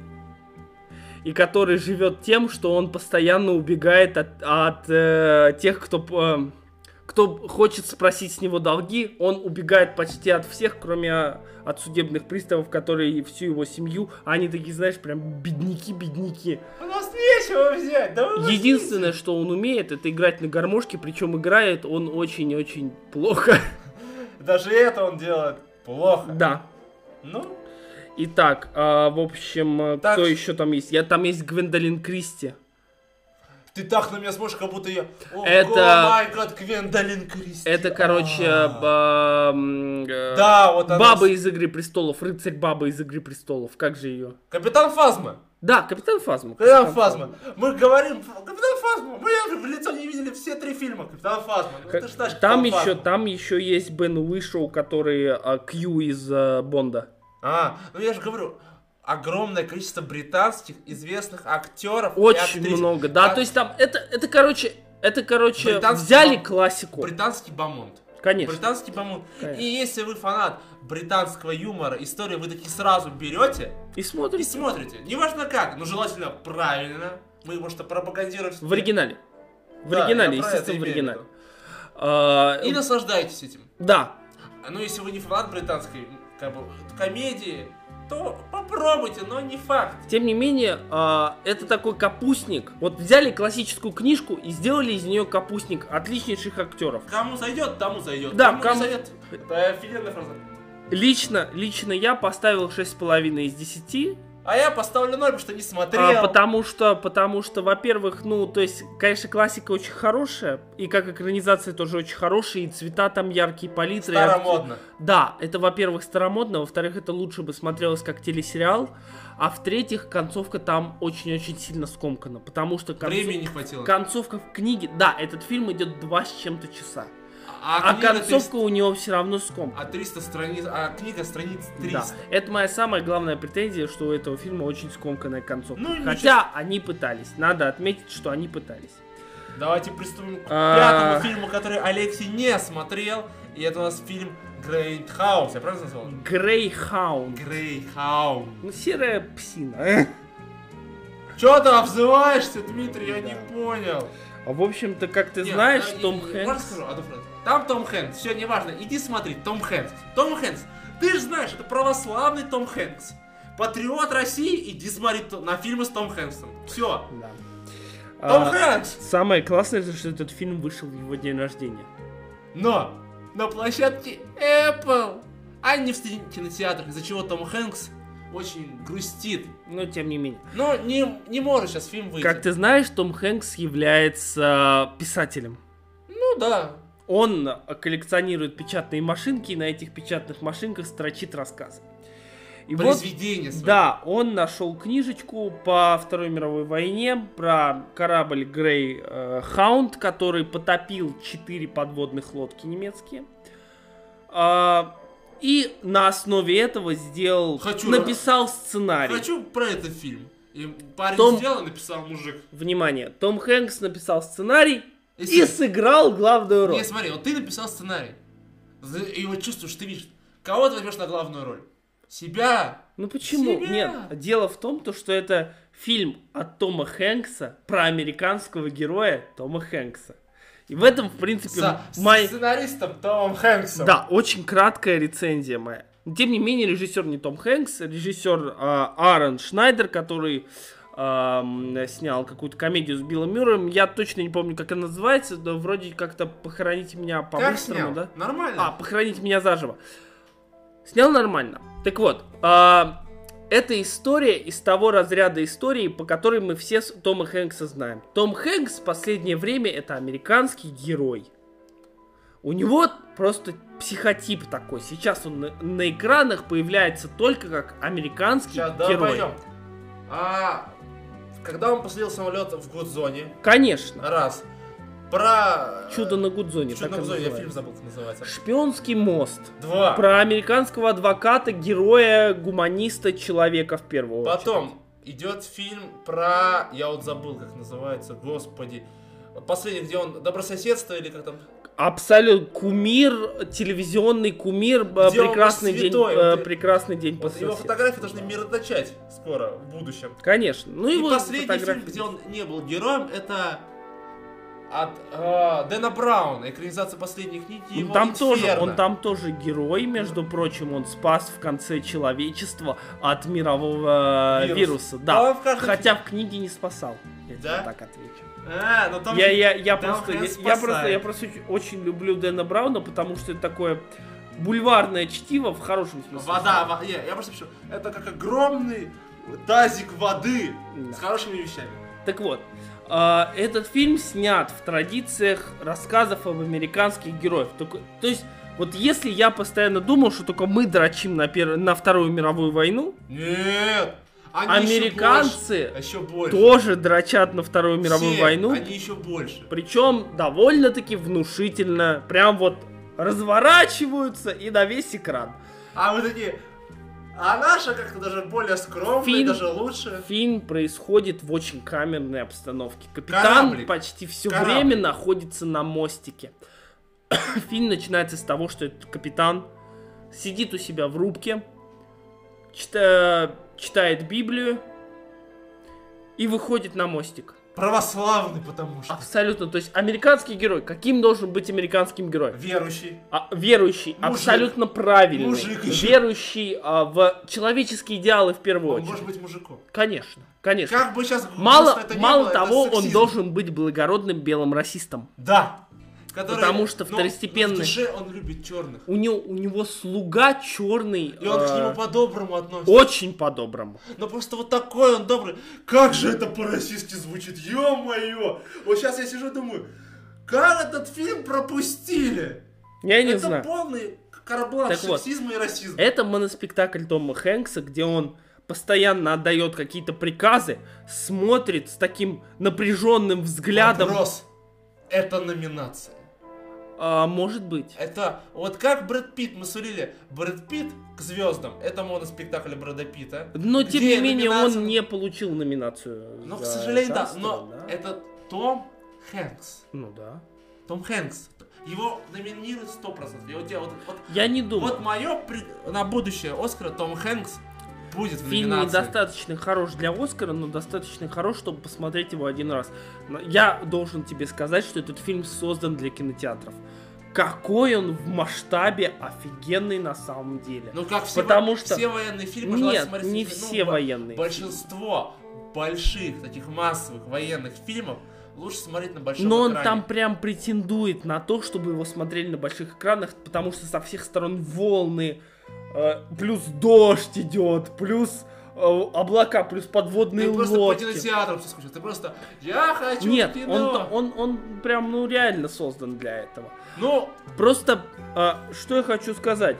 S1: И который живет тем, что он постоянно убегает от, от э, тех, кто, э, кто хочет спросить с него долги. Он убегает почти от всех, кроме э, от судебных приставов, которые всю его семью. Они такие, знаешь, прям бедняки-бедняки.
S2: У нас нечего взять. Да вы
S1: Единственное, что он умеет, это играть на гармошке. Причем играет он очень-очень плохо.
S2: Даже это он делает плохо.
S1: Да.
S2: Ну...
S1: Итак, э, в общем,
S2: Так.
S1: кто еще там есть? Я, там есть Гвендолин Кристи.
S2: Ты так на меня смотришь, как будто я... О,
S1: Это-
S2: май гад, Гвендолин Кристи.
S1: Это, короче,
S2: А.
S1: ба- м, э,
S2: Да, вот она.
S1: Баба из Игры Престолов, рыцарь Баба из Игры Престолов. Как же ее?
S2: Капитан Фазма.
S1: Да, Капитан Фазма.
S2: Капитан Фазма. Мы говорим... Капитан Фазма. Мы в лицо не видели все три фильма. Капитан Фазма. Ну,
S1: К-
S2: ты ж знаешь,
S1: Там
S2: Капитан
S1: еще,
S2: Фазма.
S1: там еще есть Бен Уишоу, который э, Кью из э, Бонда.
S2: А, ну я же говорю, огромное количество британских известных актеров. и
S1: Очень
S2: актрис.
S1: много, да.
S2: А-
S1: То есть там это, это короче, это короче
S2: Британский
S1: взяли
S2: бом-
S1: классику.
S2: Британский бомонд.
S1: Конечно.
S2: Британский бомонд.
S1: Конечно.
S2: И если вы фанат британского юмора, истории, вы такие сразу берете
S1: И
S2: и
S1: смотрим
S2: смотрите. Неважно как, но желательно правильно. Мы, может, пропагандируем.
S1: в оригинале. В
S2: Да,
S1: оригинале,
S2: я про это
S1: естественно, в
S2: имею в
S1: оригинале.
S2: виду.
S1: А,
S2: И наслаждайтесь этим.
S1: Да,
S2: Но если вы не фанат британской как бы, комедии, то попробуйте, но не факт.
S1: тем не менее, а, это такой капустник. Вот взяли классическую книжку и сделали из нее капустник отличнейших актеров.
S2: Кому зайдет, тому зайдет.
S1: Да,
S2: кому,
S1: кому-
S2: не зайдет. Это офигенная фраза.
S1: Лично, лично я поставил шесть с половиной из десяти.
S2: А я поставлю ноль, потому что не смотрел.
S1: А, потому что, потому что, во-первых, ну, то есть, конечно, классика очень хорошая, и как экранизация тоже очень хорошая, и цвета там яркие, палитры. и актеры-
S2: Старомодно.
S1: Да, это, во-первых, старомодно, во-вторых, это лучше бы смотрелось как телесериал, а в-третьих, концовка там очень-очень сильно скомкана, потому что концов-
S2: Времени не хватило.
S1: концовка в книге, да, этот фильм идет два с чем-то часа,
S2: А,
S1: а
S2: книга
S1: концовка у него все равно скомкана.
S2: триста, а триста страниц, а книга страниц
S1: Да,
S2: триста.
S1: это моя самая главная претензия, что у этого фильма очень скомканная концовка.
S2: Ну, ничего.
S1: Хотя они пытались, надо отметить, что они пытались.
S2: Давайте приступим к
S1: А.
S2: пятому фильму, который Алексей не смотрел. И это у нас фильм Грейхаус. Я правильно назвал?
S1: Грейхаунд.
S2: Грейхаус.
S1: Ну, серая псина.
S2: Чё ты обзываешься, Дмитрий? Я не понял.
S1: А в общем-то, как ты
S2: Не,
S1: знаешь,
S2: а,
S1: Том
S2: и- и-
S1: Хэнкс...
S2: Можно скажу одну фразу? Там Том Хэнкс, все, неважно, иди смотри, Том Хэнкс. Том Хэнкс, ты же знаешь, это православный Том Хэнкс. Патриот России, иди смотри то- на фильмы с Том Хэнксом. Все.
S1: Да.
S2: Том
S1: А,
S2: Хэнкс!
S1: самое классное, что этот фильм вышел в его день рождения.
S2: Но на площадке Apple, а не в кинотеатрах, из-за чего Том Хэнкс очень грустит.
S1: Но тем не менее.
S2: Но не, не может сейчас фильм выйти.
S1: Как ты знаешь, Том Хэнкс является писателем.
S2: Ну да.
S1: Он коллекционирует печатные машинки и на этих печатных машинках строчит рассказы. И вот,
S2: Произведение своё.
S1: да, он нашел книжечку по Второй мировой войне про корабль Грей э, Хаунд, который потопил четыре подводных лодки немецкие. А, и на основе этого сделал,
S2: Хочу-
S1: написал сценарий.
S2: Хочу про этот фильм. И парень
S1: Том-
S2: сделал, написал мужик.
S1: Внимание, Том Хэнкс написал сценарий
S2: И
S1: и
S2: всё.
S1: сыграл главную роль.
S2: Не, смотри, вот ты написал сценарий. За- И вот чувствуешь, ты видишь, кого ты возьмешь на главную роль? Себя.
S1: Ну почему?
S2: Себя.
S1: Нет, дело в том, то, что это фильм от Тома Хэнкса про американского героя Тома Хэнкса. И в этом, в принципе,
S2: Со
S1: мой...
S2: сценаристом Томом Хэнксом.
S1: Да, очень краткая рецензия моя. Но, тем не менее, режиссер не Том Хэнкс, режиссер а, Аарон Шнайдер, который а, м, снял какую-то комедию с Биллом Мюрреем. Я точно не помню, как она называется, но вроде как-то «Похороните меня
S2: Как
S1: по-быстрому»,
S2: снял?
S1: да?
S2: Нормально.
S1: А, «Похороните меня заживо». Снял нормально. Так вот, а, это история из того разряда истории, по которой мы все с Тома Хэнкса знаем. Том Хэнкс в последнее время это американский герой. У него просто психотип такой. Сейчас он на, на экранах появляется только как американский
S2: Сейчас, давай
S1: герой.
S2: пойдем. А когда он посадил самолет в Гудзоне?
S1: Конечно.
S2: Раз. Про...
S1: Чудо на Гудзоне.
S2: Чудо на Гудзоне, я фильм забыл, как называется.
S1: Шпионский мост.
S2: Два.
S1: Про американского адвоката, героя, гуманиста, человека в первую очередь.
S2: Потом идет фильм про... Я вот забыл, как называется, господи. Последний, где он добрососедство или как там...
S1: Абсолютно кумир, телевизионный кумир,
S2: Где
S1: прекрасный день,
S2: святой,
S1: э,
S2: вот,
S1: прекрасный день
S2: вот
S1: после
S2: его
S1: соседства.
S2: фотографии должны мироточать скоро, в будущем.
S1: Конечно. Ну,
S2: И
S1: его
S2: последний
S1: фотографии...
S2: фильм, где он не был героем, это от э, Дэна Брауна, экранизация последней книги
S1: Он
S2: его
S1: там, тоже,
S2: «Инферно».
S1: он там тоже герой, между прочим, он спас в конце человечество от мирового
S2: Вирус.
S1: вируса.
S2: Да,
S1: Да,
S2: он в каждом
S1: хотя в книге не спасал. Я тебе
S2: Да?
S1: так отвечу.
S2: А, ну там
S1: Я,
S2: же-
S1: я, я,
S2: там
S1: просто,
S2: хрен
S1: я, я
S2: спасает.
S1: просто, я просто очень, очень люблю Дэна Брауна, потому что это такое бульварное чтиво в хорошем смысле.
S2: Вода, во- не, я просто пишу, это как огромный тазик воды
S1: Да.
S2: с хорошими вещами.
S1: Так вот, э, этот фильм снят в традициях рассказов об американских героях. Только, то есть, вот если я постоянно думал, что только мы дрочим на, пер... на Вторую мировую войну,
S2: Нет! Они
S1: американцы
S2: еще больше, еще больше.
S1: тоже дрочат на Вторую мировую
S2: Все,
S1: войну.
S2: Они еще больше.
S1: Причем довольно-таки внушительно. Прям вот разворачиваются и на весь экран.
S2: А мы такие, а наша как-то даже более скромная,
S1: Фильм-
S2: даже лучше.
S1: Фильм происходит в очень камерной обстановке. Капитан
S2: Кораблик.
S1: почти все
S2: Кораблик.
S1: время находится на мостике. Фильм начинается с того, что этот капитан сидит у себя в рубке, чита- читает Библию и выходит на мостик.
S2: Православный, потому что.
S1: Абсолютно. То есть американский герой. Каким должен быть американским героем?
S2: Верующий.
S1: А, верующий,
S2: Мужик.
S1: абсолютно правильный.
S2: Мужик еще.
S1: Верующий а, в человеческие идеалы в первую
S2: Он
S1: очередь.
S2: может быть мужиком.
S1: Конечно, конечно.
S2: Как бы сейчас
S1: Мало,
S2: это ни
S1: мало
S2: было,
S1: того,
S2: это
S1: он
S2: сексизм.
S1: должен быть благородным белым расистом.
S2: Да. Который,
S1: Потому что
S2: но-
S1: второстепенный-
S2: но в душе он любит черных.
S1: У него, у него слуга черный.
S2: И он к
S1: э,
S2: нему по-доброму относится.
S1: очень по-доброму.
S2: Но просто вот такой он добрый. Как же это по-российски звучит, ё-моё! Вот сейчас я сижу и думаю, как этот фильм пропустили?
S1: Я не
S2: это
S1: знаю.
S2: полный караблан
S1: Так вот.
S2: сексизма и расизма.
S1: Это моноспектакль Тома Хэнкса, где он постоянно отдает какие-то приказы, смотрит с таким напряженным взглядом.
S2: Вопрос. Это номинация.
S1: А, может быть.
S2: Это вот как Брэд Питт, мы сулили Брэд Питт к звездам. Это моноспектакль Брэда Питта.
S1: Но тем
S2: Где
S1: не менее
S2: номинация?
S1: он не получил номинацию.
S2: Ну, к
S1: за
S2: сожалению, да.
S1: Шастера,
S2: Но
S1: да.
S2: это Том Хэнкс.
S1: Ну да.
S2: Том Хэнкс. Его номинируют сто процентов. Я вот, я вот, вот,
S1: Я не думаю.
S2: вот мое на будущее Оскара Том Хэнкс будет в
S1: Фильм
S2: номинации.
S1: недостаточно хорош для Оскара, но достаточно хорош, чтобы посмотреть его один раз. Но я должен тебе сказать, что этот фильм создан для кинотеатров. Какой он в масштабе офигенный на самом деле.
S2: Ну как все,
S1: Потому
S2: во-
S1: что-
S2: все военные фильмы желательно
S1: Нет,
S2: смотреть
S1: не
S2: с- ну,
S1: все
S2: бо-
S1: военные.
S2: Большинство больших, таких массовых военных фильмов лучше смотреть на большом
S1: Но он
S2: экране.
S1: там прям претендует на то, чтобы его смотрели на больших экранах, потому что со всех сторон волны, э, плюс дождь идет, плюс э, облака, плюс подводные
S2: Ты просто по
S1: лодки.
S2: кинотеатрам соскучился. Ты просто, я хочу
S1: Нет,
S2: в кино.
S1: он, он, он прям ну реально создан для этого.
S2: Ну,
S1: Просто, а, что я хочу сказать.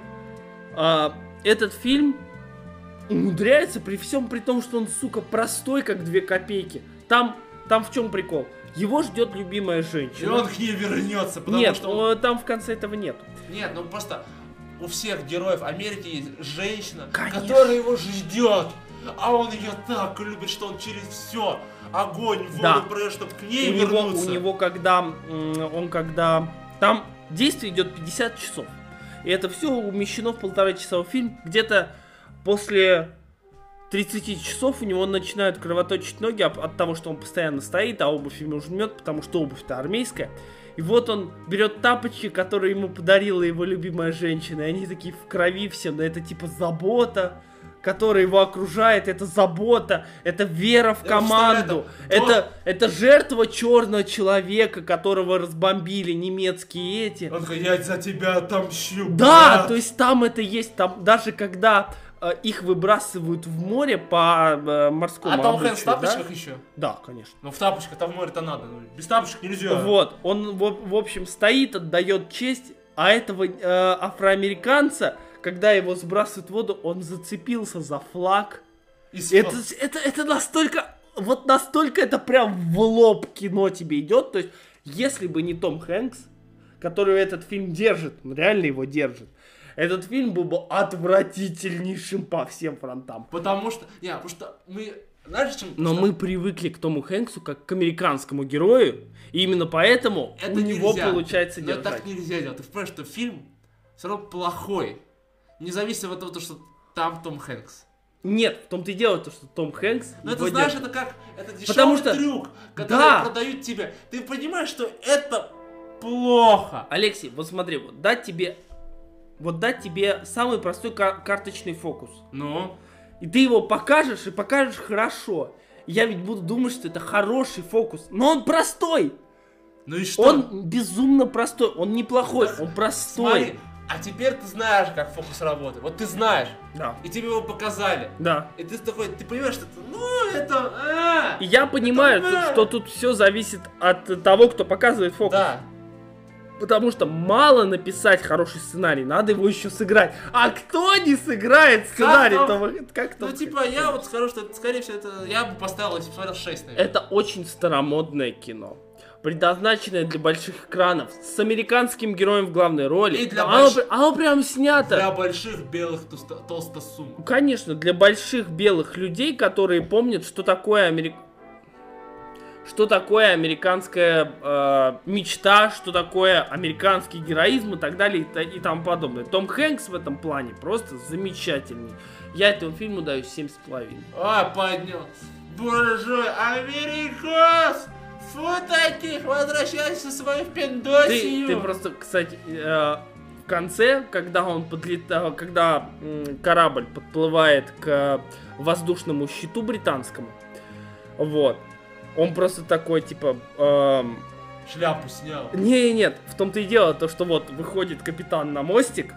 S1: А, этот фильм умудряется при всем при том, что он, сука, простой, как две копейки. Там, там в чем прикол? Его ждет любимая
S2: и
S1: женщина.
S2: он к ней вернется, потому
S1: Нет,
S2: что... он-
S1: э, там в конце этого нет.
S2: Нет, ну просто у всех героев Америки есть женщина,
S1: Конечно.
S2: которая его ждет. А он ее так любит, что он через все огонь, воду
S1: Да.
S2: пройдет, чтобы к ней
S1: У него,
S2: вернуться.
S1: у него когда, м, он когда, там действие идет пятьдесят часов. И это все умещено в полтора часовой фильм. Где-то после тридцати часов у него начинают кровоточить ноги от, от того, что он постоянно стоит, а обувь ему жмет, потому что обувь-то армейская. И вот он берет тапочки, которые ему подарила его любимая женщина, и они такие в крови все, но это типа забота, которая его окружает, это забота, это вера в
S2: Я
S1: команду,
S2: представляю, это-
S1: это, это жертва черного человека, которого разбомбили немецкие эти.
S2: Он такой, я за тебя отомщу.
S1: Да,
S2: брат».
S1: то есть там это есть, там даже когда э, их выбрасывают в море по э, морскому
S2: А Том
S1: обычаю,
S2: Хэнкс в
S1: да?
S2: тапочках еще?
S1: Да, конечно.
S2: Ну в тапочках-то в море-то надо. ну, Без тапочек нельзя.
S1: Вот, он, в, в общем, стоит, отдает честь, а этого э, афроамериканца, когда его сбрасывают в воду, он зацепился за флаг Это, это, это настолько, вот настолько это прям в лоб кино тебе идет. То есть, если бы не Том Хэнкс, который этот фильм держит, он реально его держит, этот фильм был бы отвратительнейшим по всем фронтам.
S2: Потому что, не, потому что мы, знаешь, чем...
S1: Но
S2: что...
S1: мы привыкли к Тому Хэнксу как к американскому герою, и именно поэтому
S2: это
S1: у него
S2: нельзя.
S1: получается
S2: Но
S1: держать.
S2: так нельзя делать. Ты понимаешь, что фильм все равно плохой, независимо от того, что там Том Хэнкс.
S1: Нет, в том-то и дело, то, что Том Хэнкс...
S2: Но это, знаешь, это как, это дешевый
S1: Потому что...
S2: трюк, который
S1: да.
S2: продают тебе. Ты понимаешь, что это плохо.
S1: Алексей, вот смотри, вот дать тебе... Вот дать тебе самый простой кар- карточный фокус.
S2: Ну?
S1: И ты его покажешь, и покажешь хорошо. Я ведь буду думать, что это хороший фокус. Но он простой!
S2: Ну и что?
S1: Он безумно простой, он неплохой,
S2: Так,
S1: он простой.
S2: Смотри, а теперь ты знаешь, как фокус работает. Вот ты знаешь.
S1: Да.
S2: И тебе его показали.
S1: Да.
S2: И ты такой, ты понимаешь, что это, ну, это... А,
S1: И я понимаю,
S2: это,
S1: тут-
S2: да.
S1: что тут все зависит от того, кто показывает фокус.
S2: Да.
S1: Потому что мало написать хороший сценарий, надо его еще сыграть. А кто не сыграет сценарий,
S2: Как
S1: то вы- как
S2: Ну,
S1: там
S2: типа, я вот скажу, что, это, скорее всего, это я бы поставил, если посмотрел шесть, наверное.
S1: Это очень старомодное кино, предназначенное для больших экранов, с американским героем в главной роли.
S2: И для
S1: оно,
S2: больш-
S1: пр- оно прям снято.
S2: Для больших белых толсто- толстосум.
S1: Конечно, для больших белых людей, которые помнят, что такое Америк... что такое американская э, мечта, что такое американский героизм и так далее и, та- и тому подобное. Том Хэнкс в этом плане просто замечательный. Я этому фильму даю семь с половиной.
S2: А, поднял. Буржуй, Америкос! Фу таких, возвращайся в свою
S1: Ты,
S2: пиндосию.
S1: ты просто, кстати, э, в конце, когда он подлетал, когда м, корабль подплывает к воздушному щиту британскому, вот, он просто такой, типа, эм,
S2: Шляпу снял.
S1: не, нет, в том-то и дело, то, что вот выходит капитан на мостик,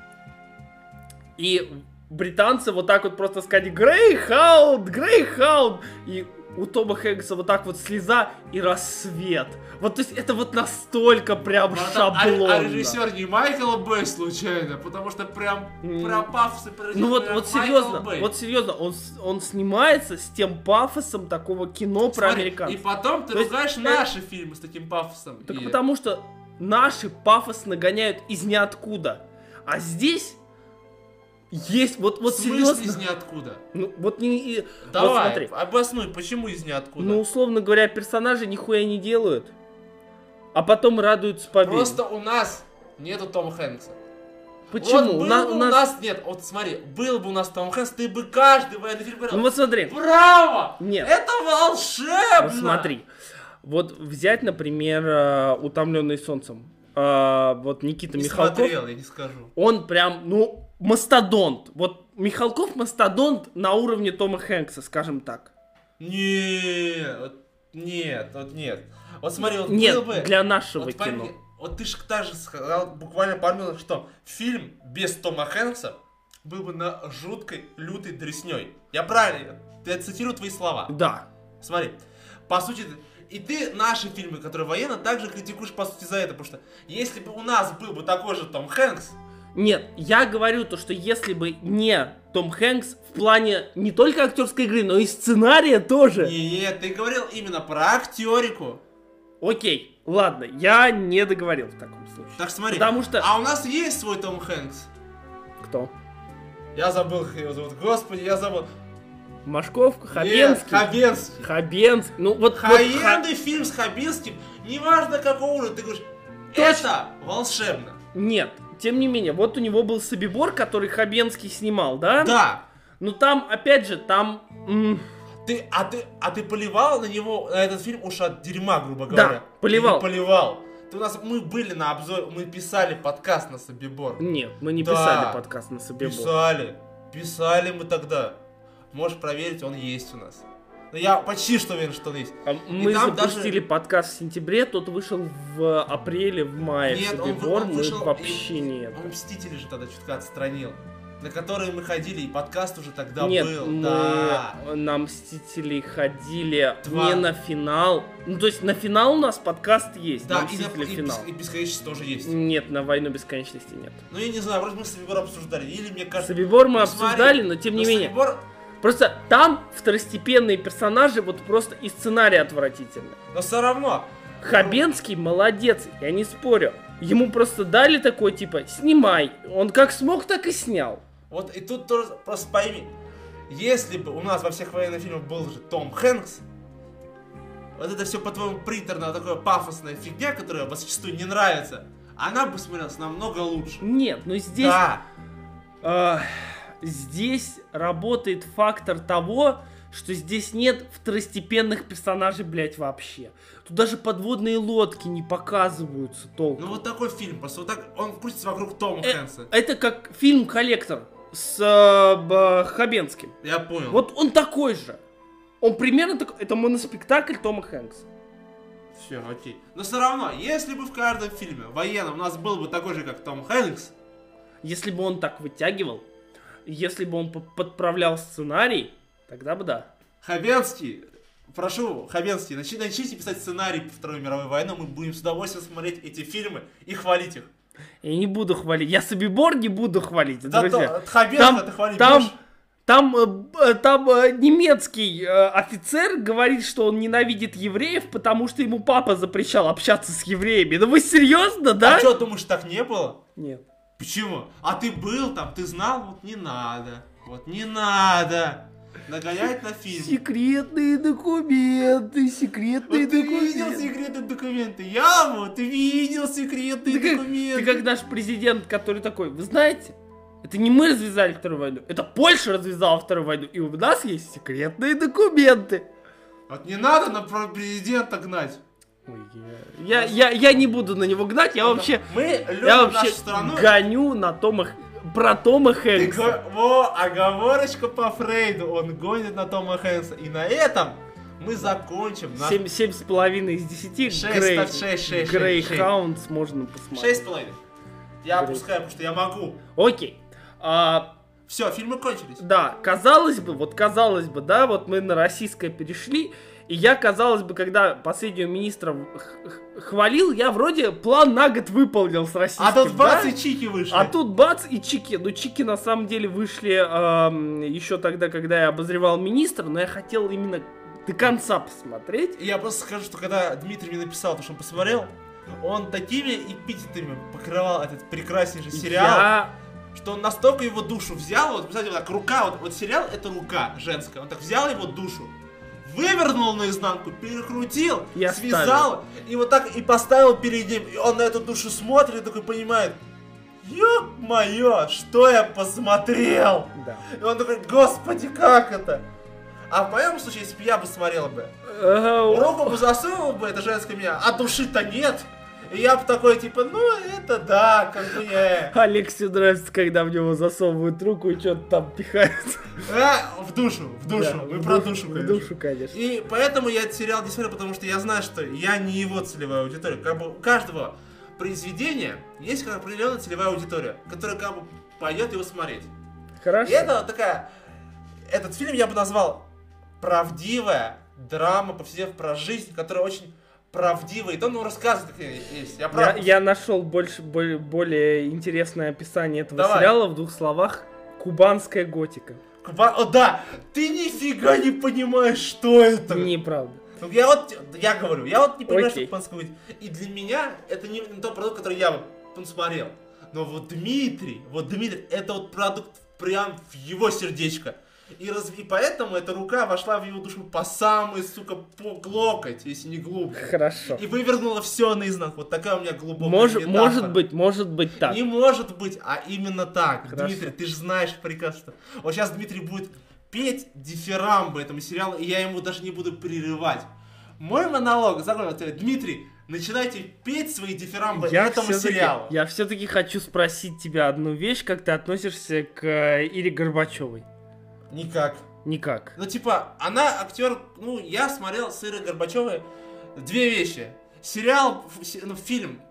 S1: и британцы вот так вот просто сказали «Грейхаунд! Грейхаунд!» И у Тома Хэнкса вот так вот слеза и рассвет. Вот, то есть, это вот настолько прям
S2: А, а-
S1: шаблонно.
S2: а режиссер не Майкл Бэй случайно, потому что прям
S1: М.
S2: про пафосы
S1: Ну вот,
S2: прям
S1: вот
S2: Майкл
S1: серьезно,
S2: Бэй.
S1: вот серьезно, он, с- он снимается с тем пафосом такого кино про
S2: Смотри,
S1: американцев.
S2: И потом ты
S1: То есть,
S2: ругаешь
S1: э,
S2: наши фильмы с таким пафосом.
S1: Так
S2: И-
S1: потому что наши пафос нагоняют из ниоткуда. А здесь есть, вот,
S2: В
S1: вот
S2: смысле
S1: серьезно.
S2: из ниоткуда?
S1: Ну, вот не... и-
S2: Давай,
S1: вот смотри.
S2: обоснуй, почему из ниоткуда?
S1: Ну, условно говоря, персонажи нихуя не делают, а потом радуются победе.
S2: Просто у нас нету Тома Хэнкса.
S1: Почему?
S2: Вот
S1: у,
S2: был
S1: на-
S2: бы
S1: у
S2: у
S1: нас...
S2: нас нет, вот смотри, был бы у нас Том Хэнкс, ты бы каждый военный фильм говорил,
S1: Ну вот смотри,
S2: браво!
S1: Нет.
S2: Это волшебно!
S1: ну смотри. Вот взять, например, э, «Утомленный солнцем». Э, Вот Никита
S2: Не
S1: Михалков.
S2: смотрел, я не скажу.
S1: Он прям, ну, мастодонт. Вот Михалков мастодонт на уровне Тома Хэнкса, скажем так.
S2: Нет, вот нет, вот нет. Вот смотри, вот
S1: Нет,
S2: был бы...
S1: для нашего
S2: вот
S1: кино.
S2: пойми, вот ты же также сказал буквально пару минут, что фильм без Тома Хэнкса был бы на жуткой, лютой дресней. Я правильно, я цитирую твои слова.
S1: Да.
S2: Смотри, по сути, и ты наши фильмы, которые военно, также критикуешь, по сути, за это, потому что если бы у нас был бы такой же Том Хэнкс,
S1: Нет, я говорю то, что если бы не Том Хэнкс в плане не только актерской игры, но и сценария тоже.
S2: нет, ты говорил именно про актерику.
S1: Окей, ладно, я не договорил в таком случае.
S2: Так смотри,
S1: Потому что...
S2: а у нас есть свой Том Хэнкс.
S1: Кто?
S2: Я забыл, как его зовут. Господи, я забыл.
S1: Машковка, Хабенский?
S2: Нет, Хабенский.
S1: Хабенский. Ну вот... вот Ха-
S2: Военный фильм с Хабенским, неважно какого уровня, ты говоришь, это волшебно.
S1: Нет, тем не менее, вот у него был Собибор, который Хабенский снимал, да?
S2: Да.
S1: Ну там, опять же, там... м,
S2: Ты, а ты, а ты поливал на него, на этот фильм уж от дерьма, грубо
S1: Да,
S2: говоря?
S1: поливал.
S2: Ты поливал. Ты у нас, мы были на обзоре, мы писали подкаст на Собибор.
S1: Нет, мы не
S2: Да.
S1: писали подкаст на Собибор.
S2: Писали. Писали мы тогда. Можешь проверить, он есть у нас. Но я почти что уверен, что он есть.
S1: А Мы
S2: там
S1: запустили
S2: даже-
S1: подкаст в сентябре, тот вышел в апреле, в мае.
S2: Нет,
S1: в
S2: он,
S1: Собибор
S2: он
S1: мы
S2: вышел,
S1: вообще
S2: и-
S1: нет.
S2: Он Мстители же тогда чутка отстранил. На которые мы ходили, и подкаст уже тогда
S1: Нет,
S2: был.
S1: мы
S2: Да.
S1: на Мстителей ходили
S2: Два.
S1: не на финал. Ну, то есть на финал у нас подкаст есть,
S2: Да,
S1: на
S2: и, на,
S1: Мстители
S2: и,
S1: финал.
S2: бес- и бесконечность тоже есть.
S1: Нет, на Войну Бесконечности нет.
S2: Ну я не знаю, вроде мы с Собибор обсуждали. Или мне кажется.
S1: Собибор мы
S2: Ну, смотри,
S1: обсуждали, но тем не
S2: ну,
S1: менее.
S2: Собибор-
S1: Просто там второстепенные персонажи вот просто и сценарий отвратительный.
S2: Но все равно.
S1: Хабенский молодец, я не спорю. Ему просто дали такой, типа, снимай. Он как смог, так и снял.
S2: Вот и тут тоже просто пойми. Если бы у нас во всех военных фильмах был же Том Хэнкс, вот это все, по-твоему, приторное, такое пафосная фигня, которая зачастую не нравится, она бы смотрелась намного лучше.
S1: Нет, ну здесь...
S2: Да.
S1: Э, здесь работает фактор того, что здесь нет второстепенных персонажей, блядь, вообще. Тут даже подводные лодки не показываются толком.
S2: Ну вот такой фильм, просто вот так он крутится вокруг Тома
S1: Э,
S2: Хэнкса.
S1: Это как фильм «Коллектор» с э, б, Хабенским.
S2: Я понял.
S1: Вот он такой же. Он примерно такой. Это моноспектакль Тома Хэнкса.
S2: Все, окей. Но все равно, если бы в каждом фильме военном у нас был бы такой же, как Том Хэнкс.
S1: Если бы он так вытягивал, если бы он подправлял сценарий, тогда бы да.
S2: Хабенский, прошу, Хабенский, начи, начните писать сценарий по Второй мировой войне, мы будем с удовольствием смотреть эти фильмы и хвалить их.
S1: Я не буду хвалить. Я Собибор не буду хвалить,
S2: Да
S1: друзья.
S2: то, Хабенского ты хвалить
S1: там,
S2: будешь?
S1: Там, э, там э, немецкий э, офицер говорит, что он ненавидит евреев, потому что ему папа запрещал общаться с евреями. Ну вы серьезно, да?
S2: А что, думаешь, так не было?
S1: Нет.
S2: Почему? А ты был там, ты знал? Вот не надо. Вот не надо. Нагонять на фильм.
S1: Секретные документы, секретные
S2: Вот ты
S1: документы.
S2: видел секретные документы? Я вот видел секретные
S1: Ты как,
S2: документы.
S1: ты как наш президент, который такой, вы знаете, это не мы развязали Вторую войну, это Польша развязала Вторую войну, и у нас есть секретные документы.
S2: Вот не надо на президента гнать.
S1: Ой, я, я, я, я не буду на него гнать, я вообще,
S2: Мы любим
S1: я вообще
S2: нашу страну.
S1: гоню на Тома, про Тома
S2: Ты
S1: Хэнкса.
S2: го- Во, оговорочка по Фрейду, он гонит на Тома Хэнкса. И на этом мы закончим наш...
S1: Семь, семь с половиной из десяти.
S2: Шесть,
S1: Грей,
S2: так, шесть, шесть,
S1: Грейхаундс можно посмотреть.
S2: Шесть с половиной. Я
S1: Грей.
S2: опускаю, потому что я могу.
S1: Окей. А,
S2: Все, фильмы кончились.
S1: да, казалось бы, вот казалось бы, да, вот мы на российское перешли, и я, казалось бы, когда последнего министра х- х- хвалил, я вроде план на год выполнил с российским,
S2: А тут бац,
S1: да?
S2: и чики вышли.
S1: А тут бац и чики. Ну, чики на самом деле вышли эм, еще тогда, когда я обозревал министра, но я хотел именно до конца посмотреть.
S2: И я просто скажу, что когда Дмитрий мне написал то, что он посмотрел, он такими эпитетами покрывал этот прекраснейший сериал,
S1: Я...
S2: что он настолько его душу взял, вот, представьте, вот так, рука, вот, вот сериал это рука женская, он так взял его душу, вывернул наизнанку, перекрутил,
S1: И
S2: связал, и вот так и поставил перед ним, и он на эту душу смотрит и такой понимает, ё-моё, что я посмотрел!
S1: Да.
S2: И он такой, господи, как это? А в моем случае, если бы я бы смотрел бы, руку бы засунул бы, это женское меня, а души-то нет. И я бы такой, типа, ну, это да, как бы я...
S1: Алексею нравится, когда в него засовывают руку и что-то там пихают.
S2: А, в душу, в душу,
S1: Да,
S2: мы
S1: в
S2: про
S1: душу,
S2: душу,
S1: в
S2: конечно.
S1: душу, конечно.
S2: И поэтому я этот сериал не смотрел, потому что я знаю, что я не его целевая аудитория. Как бы у каждого произведения есть как определенная целевая аудитория, которая как бы пойдет его смотреть.
S1: Хорошо.
S2: И это такая... Этот фильм я бы назвал правдивая драма повседневная про жизнь, которая очень правдивая. И то, ну, рассказывает, как есть. Я,
S1: Я,
S2: прав...
S1: я нашел больше, более, более интересное описание этого
S2: Давай.
S1: сериала в двух словах. Кубанская готика.
S2: Куба- О, да! Ты нифига не понимаешь, что это!
S1: Неправда.
S2: Ну, я вот, я говорю, я вот не понимаю,
S1: Окей.
S2: что кубанская готика. И для меня это не тот продукт, который я вот посмотрел. Но вот Дмитрий, вот Дмитрий, это вот продукт прям в его сердечко. И, раз... и поэтому эта рука вошла в его душу по самый, сука, по локоть, если не глубже.
S1: Хорошо.
S2: И вывернула все наизнанку. Вот такая у меня глубокая
S1: Может,
S2: метафора.
S1: может быть, может быть так.
S2: Не может быть, а именно так.
S1: Хорошо.
S2: Дмитрий, ты же знаешь прекрасно. Вот сейчас Дмитрий будет петь дифирамбы этому сериалу, и я ему даже не буду прерывать. Мой монолог, закрой, Дмитрий, начинайте петь свои дифирамбы
S1: Я
S2: этому
S1: все-таки,
S2: сериалу.
S1: я все-таки хочу спросить тебя одну вещь, как ты относишься к э, Ире Горбачевой?
S2: Никак.
S1: Никак.
S2: Ну, типа, она актер, ну, я смотрел с Ирой Горбачевой две вещи. Сериал, ф- се- ну, фильм.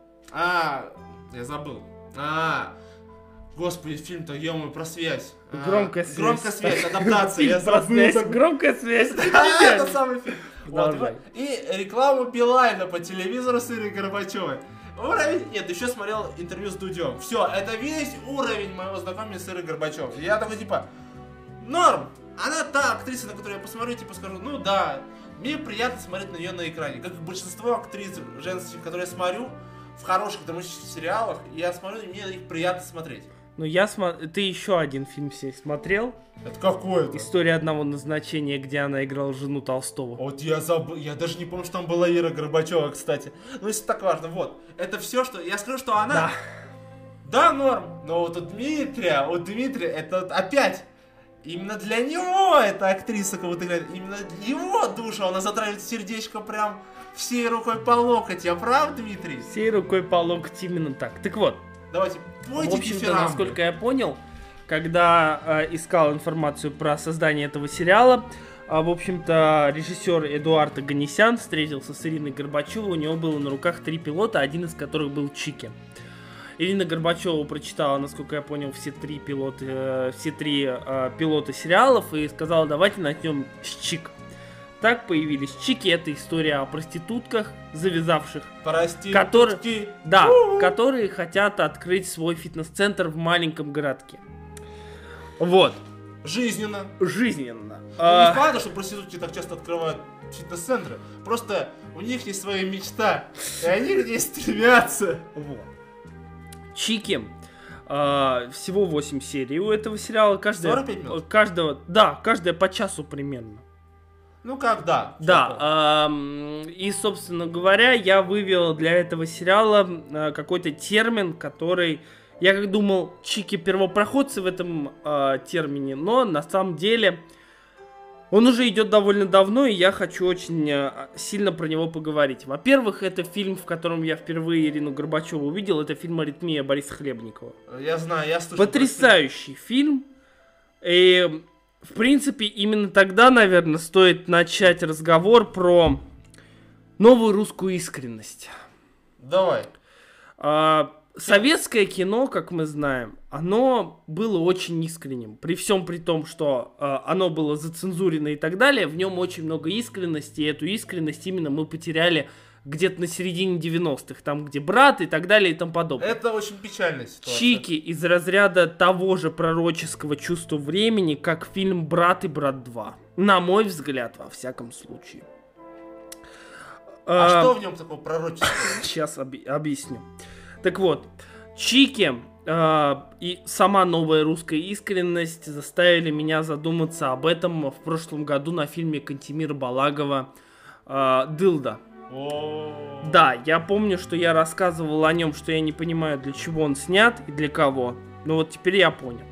S2: А, я забыл. А, господи, фильм-то, ё-моё, про связь. А,
S1: Громкая связь.
S2: Громкая связь, адаптация, я
S1: Фильм про
S2: забыл.
S1: связь.
S2: так-
S1: Громкая связь.
S2: А, это самый фильм. Вот,
S1: Продолжай.
S2: и рекламу Билайна по телевизору с Ирой Горбачевой. Уровень... Нет, еще смотрел интервью с Дудем. Все, это весь уровень моего знакомства с Ирой Горбачевой. Я такой, типа, норм. она та актриса, на которую я посмотрю, типа скажу, ну да, мне приятно смотреть на нее на экране. Как и большинство актрис женских, которые я смотрю, в хороших драматических сериалах, я смотрю, и мне их приятно смотреть.
S1: Ну, я смотрю... Ты еще один фильм себе смотрел?
S2: Это какой это?
S1: «История одного назначения», где она играла жену Толстого.
S2: Вот я забыл, я даже не помню, что там была Ира Горбачева, кстати. Ну, если так важно, вот. Это все, что... Я скажу, что она...
S1: Да.
S2: Да, норм. Но вот у Дмитрия, у Дмитрия, это опять... Именно для него эта актриса кого-то играет. Именно его душу, она затрагивает сердечко прям всей рукой по локоть. Я прав, Дмитрий?
S1: Всей рукой по локоть, именно так. Так вот.
S2: Давайте, пойте
S1: В общем-то, насколько я понял, когда э, искал информацию про создание этого сериала, э, в общем-то, режиссер Эдуард Оганесян встретился с Ириной Горбачевой, у него было на руках три пилота, один из которых был Чики. Ирина Горбачева прочитала, насколько я понял, все три пилоты, э, все три э, пилота сериалов и сказала, давайте начнем с Чик. Так появились Чики, это история о проститутках, завязавших,
S2: Проститутки.
S1: которые, да, которые хотят открыть свой фитнес-центр в маленьком городке. Вот.
S2: Жизненно.
S1: Жизненно.
S2: Ну,
S1: А,
S2: не правда, что проститутки так часто открывают фитнес-центры. Просто у них есть своя мечта, и они к ней стремятся.
S1: вот. Чики. А, всего восемь серий у этого сериала. Каждая,
S2: сорок пять минут?
S1: каждого, да, каждая по часу примерно.
S2: Ну как, да.
S1: Да, эм, и, собственно говоря, я вывел для этого сериала э, какой-то термин, который, я как думал, Чики первопроходцы в этом э, термине, но на самом деле он уже идет довольно давно, и я хочу очень э, сильно про него поговорить. Во-первых, это фильм, в котором я впервые Ирину Горбачеву увидел, это фильм «Аритмия» Бориса Хлебникова.
S2: Я знаю, я слышал.
S1: Потрясающий фильм, и... В принципе, именно тогда, наверное, стоит начать разговор про новую русскую искренность.
S2: Давай.
S1: А, советское кино, как мы знаем, оно было очень искренним. При всем при том, что а, оно было зацензурено и так далее, в нем очень много искренности, и эту искренность именно мы потеряли где-то на середине девяностых, там, где «Брат» и так далее и тому подобное.
S2: Это очень печальная ситуация.
S1: Чики из разряда того же пророческого чувства времени, как фильм «Брат» и «Брат два». На мой взгляд, во всяком случае.
S2: А,
S1: а
S2: что в нем такого пророческого?
S1: Сейчас оби- объясню. Так вот, Чики э, и сама новая русская искренность заставили меня задуматься об этом в прошлом году на фильме Кантемира Балагова э, «Дылда».
S2: О.
S1: Да, я помню, что я рассказывал о нем, что я не понимаю, для чего он снят и для кого. Но вот теперь я понял.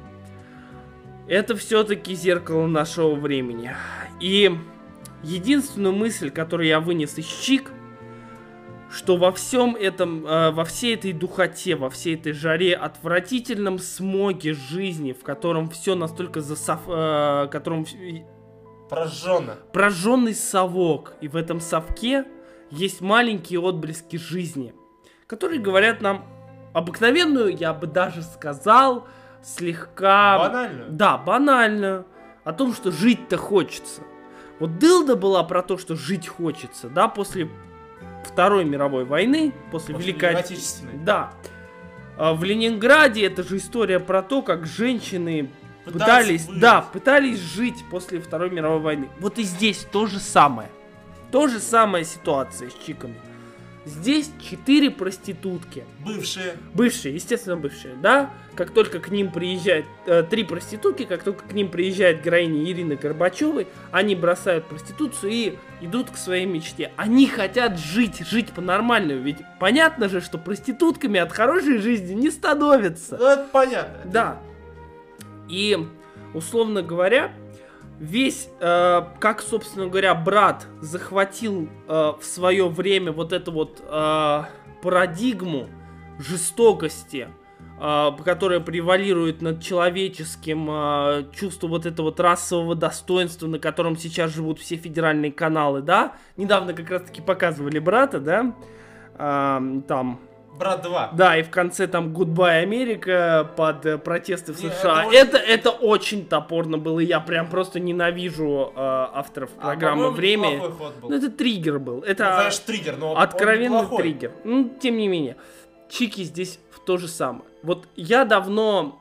S1: Это все-таки зеркало нашего времени. И единственную мысль, которую я вынес из Чик, что во всем этом, э, во всей этой духоте, во всей этой жаре, отвратительном смоге жизни, в котором все настолько засов... Э, котором...
S2: Прожженно.
S1: Прожженный совок. И в этом совке есть маленькие отблески жизни, которые говорят нам обыкновенную, я бы даже сказал, слегка...
S2: Банальную?
S1: Да, банальную. О том, что жить-то хочется. Вот «Дылда» была про то, что жить хочется, да, после Второй мировой войны, после,
S2: После
S1: Великой
S2: Отечественной.
S1: Да. А в Ленинграде это же история про то, как женщины
S2: Пытались
S1: пытались,
S2: выжить.
S1: да, пытались жить после Второй мировой войны. Вот и здесь то же самое. То же самая ситуация с чиками. Здесь четыре проститутки.
S2: Бывшие.
S1: Бывшие, естественно, бывшие, да? Как только к ним приезжает... Э, три проститутки, как только к ним приезжает героиня Ирины Горбачевой, они бросают проституцию и идут к своей мечте. Они хотят жить, жить по-нормальному. Ведь понятно же, что проститутками от хорошей жизни не становятся.
S2: Ну, это понятно.
S1: Да. И, условно говоря, весь, э, как, собственно говоря, «Брат» захватил э, в свое время вот эту вот э, парадигму жестокости, э, которая превалирует над человеческим, э, чувство вот этого вот расового достоинства, на котором сейчас живут все федеральные каналы, да? Недавно как раз-таки показывали «Брата», да? Э, там...
S2: «Брат два».
S1: Да, и в конце там «Goodbye, Америка» под э, протесты в
S2: Не,
S1: США.
S2: это
S1: Это, это, очень топорно было, я прям просто ненавижу э, авторов
S2: А,
S1: программы
S2: по-моему,
S1: «Время».
S2: неплохой ход был.
S1: Ну, это триггер был. Это
S2: Ну, конечно, триггер, но он
S1: откровенный
S2: неплохой.
S1: триггер. Ну, тем не менее. Чики здесь то же самое. Вот я давно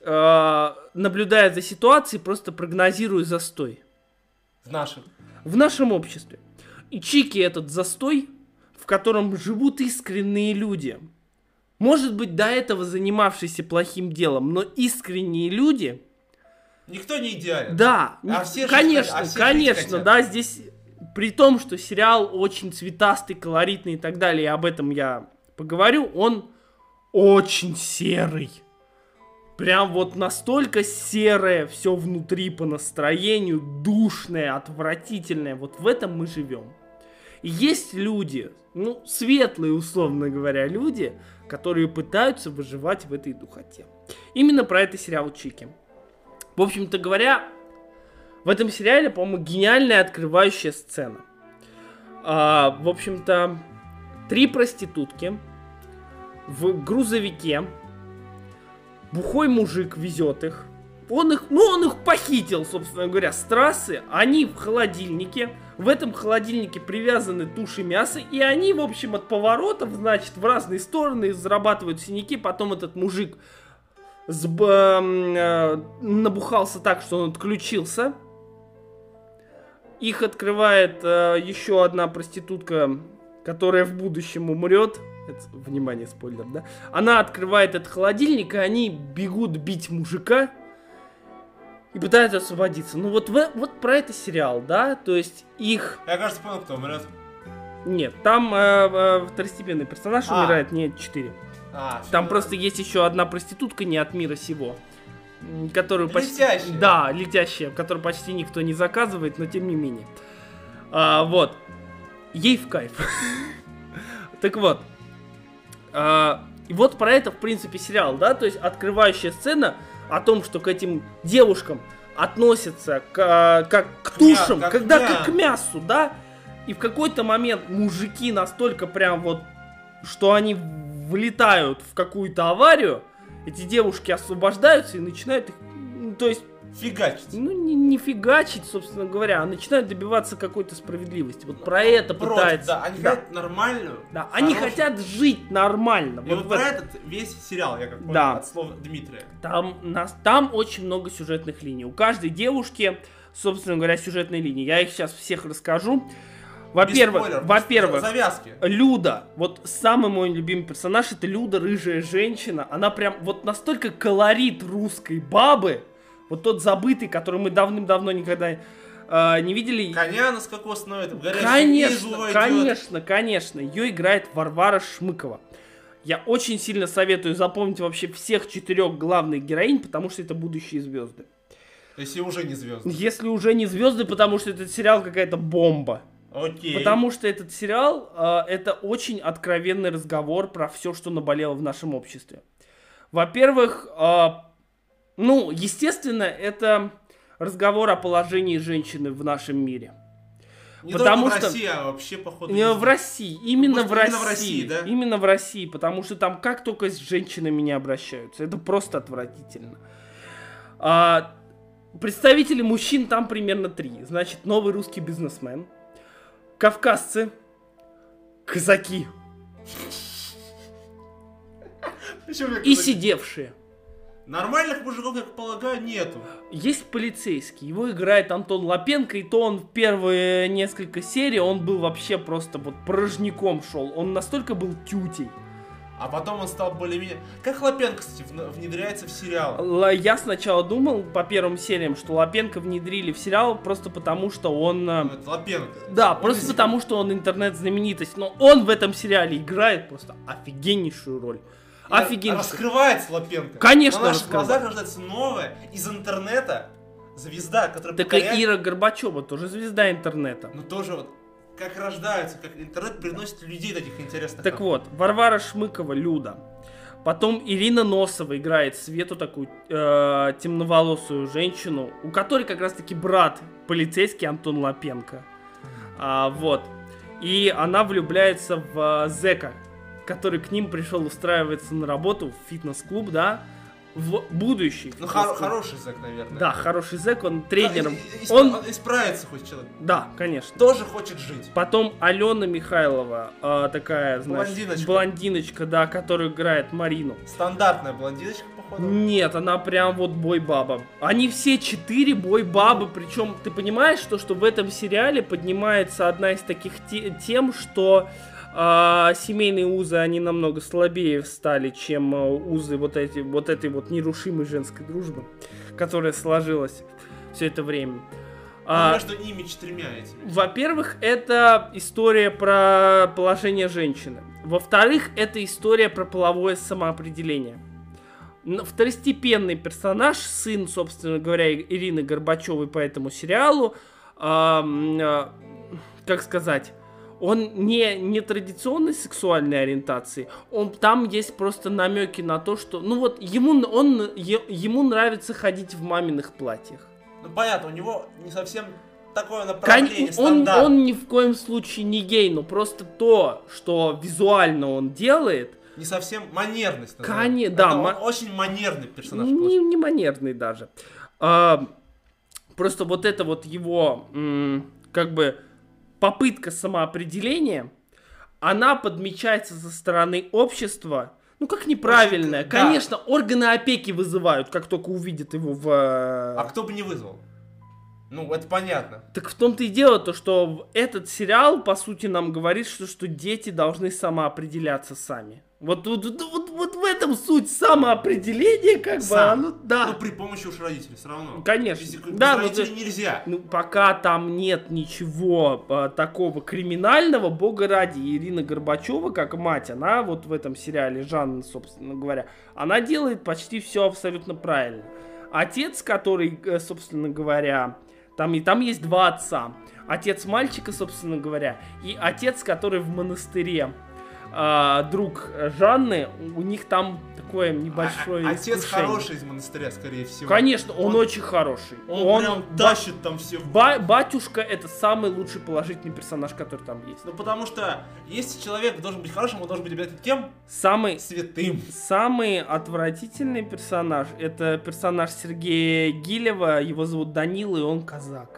S1: э, наблюдая за ситуацией, просто прогнозирую застой.
S2: В нашем.
S1: В нашем обществе. И Чики этот застой, в котором живут искренние люди. Может быть, до этого занимавшиеся плохим делом, но искренние люди...
S2: Никто не идеален.
S1: Да,
S2: а
S1: не,
S2: все
S1: конечно,
S2: а все
S1: конечно, да, здесь... При том, что сериал очень цветастый, колоритный и так далее, и об этом я поговорю, он очень серый. Прям вот настолько серое все внутри по настроению, душное, отвратительное. Вот в этом мы живем. И есть люди, ну, светлые, условно говоря, люди, которые пытаются выживать в этой духоте. Именно про это сериал Чики. В общем-то говоря, в этом сериале, по-моему, гениальная открывающая сцена. А, в общем-то, три проститутки в грузовике. Бухой мужик везет их. Он их, ну, он их похитил, собственно говоря, с трассы. Они в холодильнике. В этом холодильнике привязаны туши мяса. И они, в общем, от поворотов, значит, в разные стороны зарабатывают синяки. Потом этот мужик сб, э, набухался так, что он отключился. Их открывает э, еще одна проститутка, которая в будущем умрет. Это, внимание, спойлер, да? Она открывает этот холодильник, и они бегут бить мужика и пытаются освободиться. Ну вот, в, вот про это сериал, да? То есть их...
S2: Я, кажется, понял, кто умрет.
S1: Нет, там э, э, второстепенный персонаж
S2: а.
S1: умирает, не четыре.
S2: А,
S1: там просто есть еще одна проститутка не от мира сего. Которую почти...
S2: Летящая.
S1: Да, летящая, которую почти никто не заказывает, но тем не менее. А, вот. Ей в кайф. Так вот. А, и вот про это, в принципе, сериал, да? То есть открывающая сцена о том, что к этим девушкам относятся к, как к тушам,
S2: как
S1: когда
S2: мя.
S1: как к мясу, да? И в какой-то момент мужики настолько прям вот, что они влетают в какую-то аварию, эти девушки освобождаются и начинают их, ну, то есть...
S2: Фигачить.
S1: Ну, не, не фигачить, собственно говоря, а начинают добиваться какой-то справедливости. Вот про это
S2: Просто,
S1: пытаются...
S2: Да, они
S1: да.
S2: хотят нормальную.
S1: Да, они
S2: хорошую...
S1: хотят жить нормально.
S2: И
S1: вот
S2: вот
S1: в
S2: про
S1: этом.
S2: этот весь сериал, я как понял,
S1: Да.
S2: от слова Дмитрия.
S1: Там, нас, там очень много сюжетных линий. У каждой девушки, собственно говоря, сюжетные линии. Я их сейчас всех расскажу. Во-первых, во-первых,
S2: завязки.
S1: Люда, вот самый мой любимый персонаж, это Люда, рыжая женщина. Она прям вот настолько колорит русской бабы, вот тот забытый, который мы давным-давно никогда э, не видели.
S2: Коня на скакосной, это в горячую
S1: Конечно,
S2: избу войдет.
S1: конечно, конечно. Ее играет Варвара Шмыкова. Я очень сильно советую запомнить вообще всех четырех главных героинь, потому что это будущие звезды.
S2: Если уже не звезды.
S1: Если уже не звезды, потому что этот сериал какая-то бомба.
S2: Окей.
S1: Потому что этот сериал э, это очень откровенный разговор про все, что наболело в нашем обществе. Во-первых, э, ну, естественно, это разговор о положении женщины в нашем мире.
S2: Не
S1: потому
S2: только
S1: что
S2: в России, а вообще, походу,
S1: не, в России, именно
S2: Может,
S1: в России,
S2: именно в России, да?
S1: именно в России, потому что там как только с женщинами не обращаются, это просто отвратительно. А, представители мужчин там примерно три. Значит, новый русский бизнесмен, кавказцы, казаки и сидевшие.
S2: Нормальных мужиков, как полагаю, нету.
S1: Есть полицейский, его играет Антон Лапенко, и то он в первые несколько серий, он был вообще просто вот порожняком шел. Он настолько был тютей.
S2: А потом он стал более-менее... Как Лапенко, кстати, внедряется в сериал?
S1: Л- Я сначала думал по первым сериям, что Лапенко внедрили в сериал просто потому, что он... э,
S2: Ну, это Лапенко.
S1: Да,
S2: Он
S1: просто
S2: из-
S1: потому, что он интернет-знаменитость. Но он в этом сериале играет просто офигеннейшую роль.
S2: И
S1: Офигеннейшую.
S2: Раскрывается Лапенко.
S1: Конечно,
S2: На наших
S1: раскрывает.
S2: глазах рождается новая, из интернета, звезда, которая
S1: Так
S2: покоряет...
S1: и Ира Горбачева тоже звезда интернета.
S2: Ну тоже вот, как рождаются, как интернет приносит людей таких интересных.
S1: Так вот, Варвара Шмыкова, Люда. Потом Ирина Носова играет Свету, такую э, темноволосую женщину, у которой как раз-таки брат полицейский Антон Лапенко. А, вот. И она влюбляется в э, зэка, который к ним пришел устраиваться на работу в фитнес-клуб, да, в будущий.
S2: Ну,
S1: фитнес-клуб.
S2: хор- хороший зэк, наверное.
S1: Да, хороший зэк, он тренером.
S2: И- и-
S1: Он,
S2: исп- Исправится хоть человек.
S1: да, конечно.
S2: Тоже хочет жить.
S1: Потом Алена Михайлова, э, такая, значит,
S2: Блондиночка.
S1: блондиночка, да, которая играет Марину.
S2: Стандартная блондиночка, походу. походу?
S1: Нет, она прям вот бой-баба. Они все четыре бой-бабы, причем ты понимаешь, что, что в этом сериале поднимается одна из таких те тем, что э, семейные узы, они намного слабее стали, чем э, узы вот, эти, вот этой вот нерушимой женской дружбы, которая сложилась все это время.
S2: А, между ними четырьмя этими.
S1: Во-первых, это история про положение женщины. Во-вторых, это история про половое самоопределение. Второстепенный персонаж, сын, собственно говоря, Ирины Горбачевой по этому сериалу, э, э, как сказать, он не, не традиционной сексуальной ориентации, он, там есть просто намеки на то, что, ну вот, ему, он, е, ему нравится ходить в маминых платьях.
S2: Ну понятно, у него не совсем такое направление,
S1: Кон- он,
S2: стандарт.
S1: он ни в коем случае не гей, но просто то, что визуально он делает...
S2: Не совсем манерность.
S1: Кон- да,
S2: он
S1: ма-
S2: очень манерный персонаж.
S1: Не, не манерный даже. А, просто вот это вот его, м- как бы, попытка самоопределения, она подмечается со стороны общества, ну, как неправильная.
S2: Очень, да.
S1: Конечно, органы опеки вызывают, как только увидят его в...
S2: А кто бы не вызвал? Ну, это понятно.
S1: Так в том-то и дело, то, что этот сериал, по сути, нам говорит, что, что дети должны самоопределяться сами. Вот, вот, вот, вот, вот в этом суть самоопределения, как
S2: Сам.
S1: бы, оно, да.
S2: Ну, при помощи уж родителей, все равно.
S1: Конечно.
S2: Без, без
S1: Да,
S2: родителей
S1: но,
S2: нельзя.
S1: Ну, пока там нет ничего а, такого криминального, бога ради, Ирина Горбачева, как мать, она вот в этом сериале, Жанна, собственно говоря, она делает почти все абсолютно правильно. Отец, который, собственно говоря, там, и там есть два отца. Отец мальчика, собственно говоря, и отец, который в монастыре. А, друг Жанны, у них там такое небольшое
S2: а, Отец
S1: искушение.
S2: хороший из монастыря, скорее всего.
S1: Конечно, он, он очень хороший.
S2: Он,
S1: он
S2: прям
S1: ба-
S2: тащит там все.
S1: ба- батюшка — это самый лучший положительный персонаж, который там есть.
S2: Ну, потому что если человек должен быть хорошим, он должен быть обязательно кем?
S1: Самый,
S2: Святым.
S1: самый отвратительный персонаж — это персонаж Сергея Гилева, его зовут Данила, и он казак.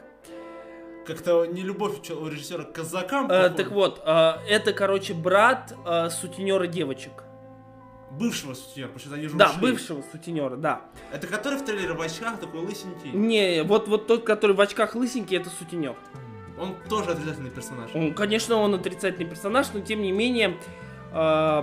S2: Как-то не любовь у режиссера к казакам.
S1: Э, так вот, э, это, короче, брат э, сутенера девочек.
S2: Бывшего сутенера, потому что они же
S1: Да,
S2: ушли.
S1: бывшего сутенера, да.
S2: Это который в трейлере в очках, такой лысенький.
S1: Не, вот, вот тот, который в очках лысенький, это сутенер.
S2: Он тоже отрицательный персонаж.
S1: Он, конечно, он отрицательный персонаж, но тем не менее, э,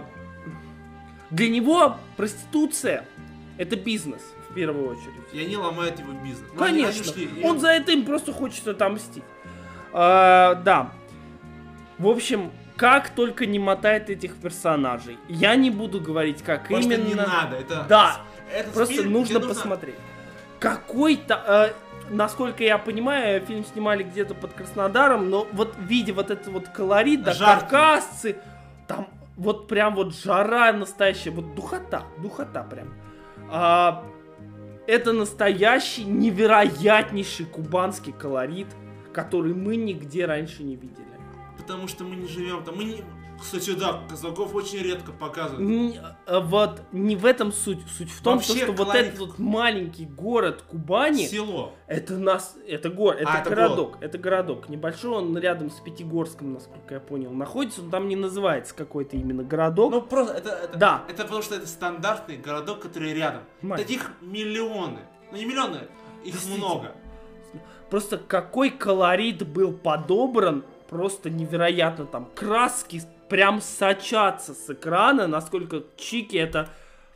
S1: для него проституция — это бизнес, в первую очередь.
S2: И они ломают его бизнес. Но они-
S1: Конечно,
S2: они ушли, и
S1: он за это им просто хочет отомстить. А, да. В общем, как только не мотает этих персонажей. Я не буду говорить, как
S2: Потому
S1: именно.
S2: что не надо. Это,
S1: Да,
S2: этот
S1: просто
S2: фильм,
S1: нужно
S2: где
S1: посмотреть. Какой-то, э, насколько я понимаю, фильм снимали где-то под Краснодаром, но вот видя вот этот вот колорит, да,
S2: Жаркий.
S1: кавказцы, там вот прям вот жара настоящая, вот духота, духота прям. А, это настоящий невероятнейший кубанский колорит, который мы нигде раньше не видели.
S2: Потому что мы не живем там. Мы не... Кстати, да, казаков очень редко показывают.
S1: Не, а, вот не в этом суть. Суть в том,
S2: Вообще,
S1: что, что вот
S2: колорит-
S1: этот вот маленький город Кубани,
S2: Село.
S1: это нас, это город, это
S2: А, это
S1: городок, это городок небольшой, он рядом с Пятигорском, насколько я понял, находится, он там не называется какой-то именно городок.
S2: Ну просто это, это,
S1: Да.
S2: это потому что это стандартный городок, который рядом.
S1: Мать.
S2: Таких миллионы. Ну не миллионы, их
S1: Действительно.
S2: много.
S1: Просто какой колорит был подобран, просто невероятно, там краски прям сочатся с экрана, насколько Чики — это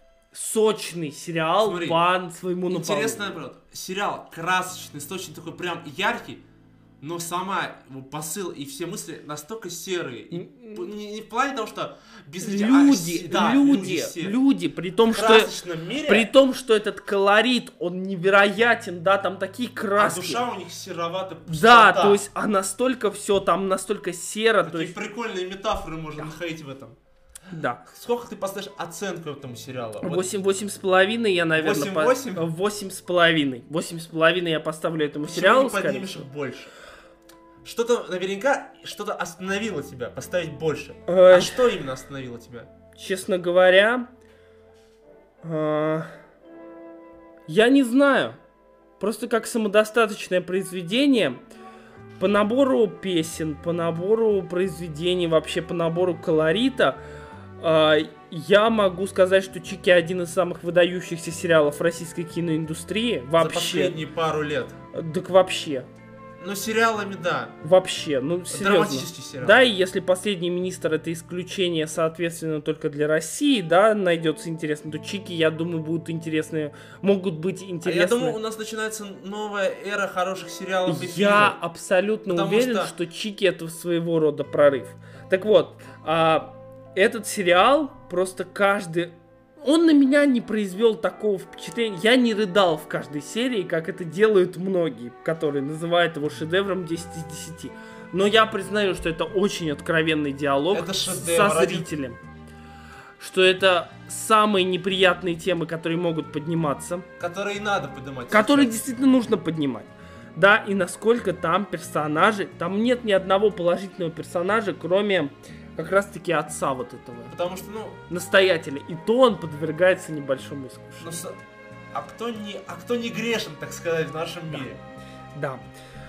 S1: сочный сериал.
S2: Смотри,
S1: по своему наполнению.
S2: Интересно, наоборот, сериал красочный, очень такой прям яркий, но сама его посыл и все мысли настолько серые. И п- не, не в плане того, что без людей, а
S1: Люди,
S2: с- да,
S1: люди,
S2: серые.
S1: люди, при том,
S2: В
S1: что,
S2: красочном мире,
S1: при том, что этот колорит, он невероятен, да, там такие
S2: а
S1: краски.
S2: душа у них серовато.
S1: Да, то есть, а настолько все там, настолько серо, то
S2: Такие
S1: есть,
S2: прикольные метафоры можно находить в этом.
S1: да.
S2: Сколько ты поставишь оценку этому сериалу? Вот
S1: Восемь, восемь с половиной я, наверное, по-
S2: восемь, восемь?
S1: восемь с половиной. Восемь с половиной я поставлю этому
S2: почему
S1: сериалу,
S2: не
S1: скорее
S2: поднимешь
S1: всего.
S2: их больше? Что-то наверняка, что-то остановило тебя поставить больше.
S1: Ой.
S2: А что именно остановило тебя?
S1: Честно говоря, э, я не знаю. Просто как самодостаточное произведение, по набору песен, по набору произведений, вообще по набору колорита, А, я могу сказать, что Чики один из самых выдающихся сериалов российской киноиндустрии. Вообще.
S2: За последние пару лет.
S1: Так вообще.
S2: Ну, сериалами, да.
S1: Вообще, ну серьезно.
S2: Драматический сериал.
S1: Да, и если «Последний министр» это исключение, соответственно, только для России, да, найдется интересно, то Чики, я думаю, будут интересные, могут быть интересны.
S2: А я думаю, у нас начинается новая эра хороших сериалов и фильмов.
S1: Я абсолютно
S2: Потому
S1: уверен,
S2: что...
S1: что Чики это своего рода прорыв. Так вот, а, этот сериал просто каждый... Он на меня не произвел такого впечатления. Я не рыдал в каждой серии, как это делают многие, которые называют его шедевром десять из десяти. Но я признаю, что это очень откровенный диалог
S2: это
S1: со
S2: шедевр,
S1: зрителем. Что это самые неприятные темы, которые могут подниматься.
S2: Которые надо поднимать.
S1: Которые
S2: сейчас.
S1: действительно нужно поднимать. Да, и насколько там персонажи... Там нет ни одного положительного персонажа, кроме... как раз таки отца вот этого.
S2: Потому что, ну...
S1: Настоятеля. И то он подвергается небольшому искушению.
S2: Ну, с... а, кто не... а кто не грешен, так сказать, в нашем
S1: да.
S2: мире?
S1: Да.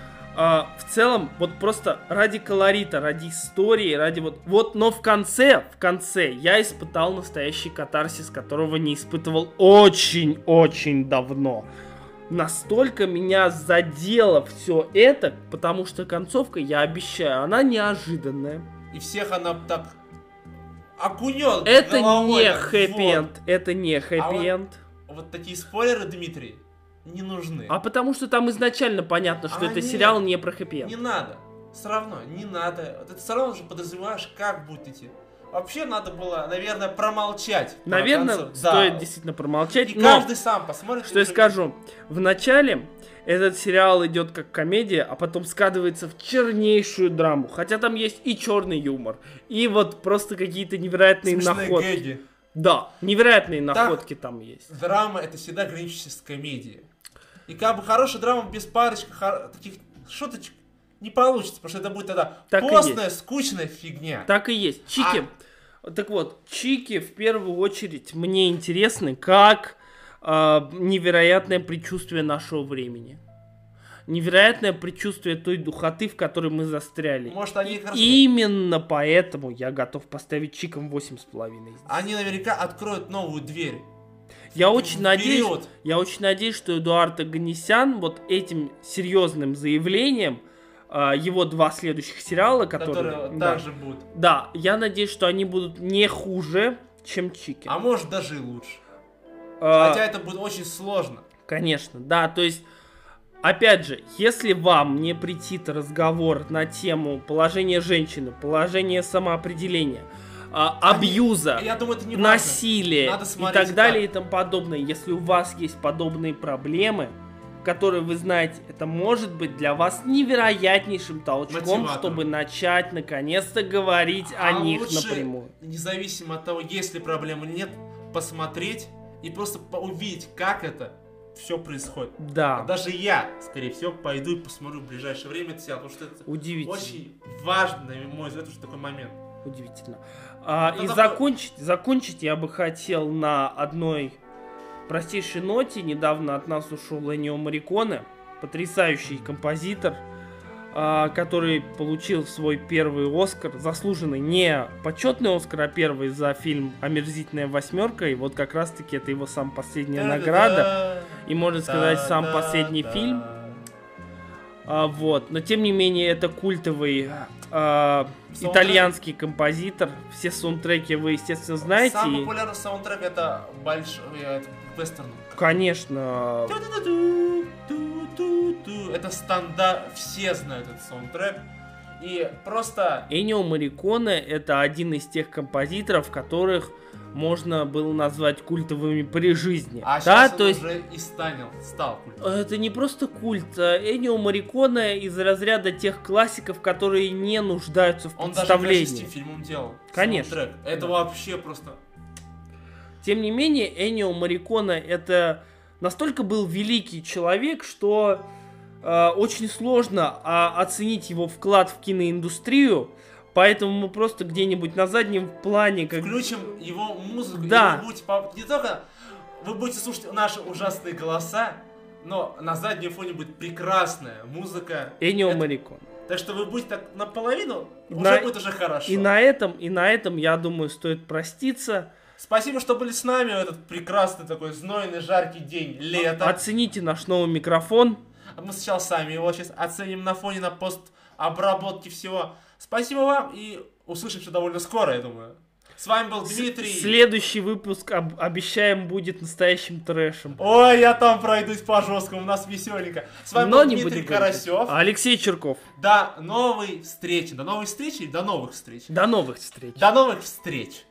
S1: А, в целом, вот просто ради колорита, ради истории, ради вот... Вот, но в конце, в конце я испытал настоящий катарсис, которого не испытывал очень-очень давно. Настолько меня задело все это, потому что концовка, я обещаю, она неожиданная.
S2: И всех она так окунет.
S1: Это
S2: головой,
S1: не
S2: так,
S1: хэппи-энд.
S2: вот.
S1: Это не хэппи-энд.
S2: А вот, вот такие спойлеры, Дмитрий, не нужны.
S1: А потому что там изначально понятно, что
S2: а
S1: это
S2: нет,
S1: сериал не про хэппи-энд.
S2: Не надо. Все равно, не надо. Вот это все равно уже подразумеваешь, как будет идти. Вообще надо было, наверное, промолчать.
S1: Наверное, стоит да. действительно промолчать.
S2: И
S1: но
S2: каждый сам посмотрит.
S1: Что я скажу. В начале этот сериал идет как комедия, а потом скатывается в чернейшую драму. Хотя там есть и черный юмор, и вот просто какие-то невероятные
S2: смешные
S1: находки.
S2: Гэги.
S1: Да, невероятные
S2: так,
S1: находки там есть.
S2: Драма это всегда граничащая с комедией. И как бы хорошая драма без парочек хор... таких шуточек не получится, потому что это будет тогда так постная, скучная фигня.
S1: Так и есть. Чики. А... Так вот, Чики в первую очередь мне интересны как э, невероятное предчувствие нашего времени. Невероятное предчувствие той духоты, в которой мы застряли.
S2: Может, они как раз...
S1: Именно поэтому я готов поставить Чикам восемь с половиной.
S2: Они наверняка откроют новую дверь.
S1: Я очень, надеюсь, я очень надеюсь, что Эдуард Оганесян вот этим серьезным заявлением, его два следующих сериала, которые,
S2: которые
S1: да,
S2: также будут.
S1: Да, я надеюсь, что они будут не хуже, чем Чики.
S2: А может даже и лучше.
S1: А,
S2: Хотя это будет очень сложно.
S1: Конечно, да, то есть, опять же, если вам не претит разговор на тему положения женщины, положения самоопределения, а, абьюза,
S2: я думаю, это не
S1: насилия и так далее
S2: так.
S1: и тому подобное, если у вас есть подобные проблемы, которые вы знаете, это может быть для вас невероятнейшим толчком,
S2: мотиватором,
S1: чтобы начать наконец-то говорить
S2: а
S1: о них
S2: лучше,
S1: напрямую.
S2: Независимо от того, есть ли проблемы или нет, посмотреть и просто увидеть, как это все происходит.
S1: Да.
S2: Даже я, скорее всего, пойду и посмотрю в ближайшее время это сериал, потому что это
S1: удивительно.
S2: Очень важный, на мой взгляд, уже такой момент.
S1: Удивительно. А, и
S2: такой...
S1: закончить, закончить я бы хотел на одной простейшей ноте. Недавно от нас ушел Эннио Морриконе, потрясающий композитор, а, который получил свой первый Оскар, заслуженный, не почетный Оскар, а первый за фильм «Омерзительная восьмерка». И вот как раз-таки это его самая последняя награда. И, можно сказать, сам последний фильм. А, вот. Но, тем не менее, это культовый а, итальянский композитор. Все саундтреки вы, естественно, знаете.
S2: Самый популярный саундтрек это большой вестерн.
S1: Конечно.
S2: Это стандарт, все знают этот саундтрек. И просто...
S1: Эннио Морриконе это один из тех композиторов, которых можно было назвать культовыми при жизни.
S2: А
S1: да,
S2: сейчас
S1: то
S2: он
S1: есть...
S2: уже и станет, стал культовым.
S1: Это не просто культ. Эннио Морриконе из разряда тех классиков, которые не нуждаются в представлении.
S2: Он даже к фильмам делал.
S1: Конечно.
S2: Саундтрек. Это да. Вообще просто...
S1: Тем не менее, Эннио Морриконе это настолько был великий человек, что э, очень сложно э, оценить его вклад в киноиндустрию. Поэтому мы просто где-нибудь на заднем плане... Как...
S2: Включим его музыку,
S1: да.
S2: И вы будете... Не только вы будете слушать наши ужасные голоса, но на заднем фоне будет прекрасная музыка.
S1: Эннио
S2: это...
S1: Морриконе.
S2: Так что вы будете так наполовину,
S1: На-
S2: уже будет уже хорошо.
S1: И на этом, и на этом, я думаю, стоит проститься.
S2: Спасибо, что были с нами в этот прекрасный такой знойный, жаркий день лета.
S1: Оцените наш новый микрофон.
S2: А мы сначала сами его сейчас оценим на фоне, на постобработке всего. Спасибо вам и услышимся довольно скоро, я думаю. С вами был Дмитрий.
S1: Следующий выпуск, об- обещаем, будет настоящим трэшем.
S2: Ой, я там пройдусь по жесткому, у нас веселенько. С вами
S1: Но
S2: был
S1: не
S2: Дмитрий
S1: будем говорить.
S2: Карасев.
S1: Алексей Черков.
S2: До новой встречи. До новой встречи и до новых встреч.
S1: До новых встреч.
S2: До новых встреч.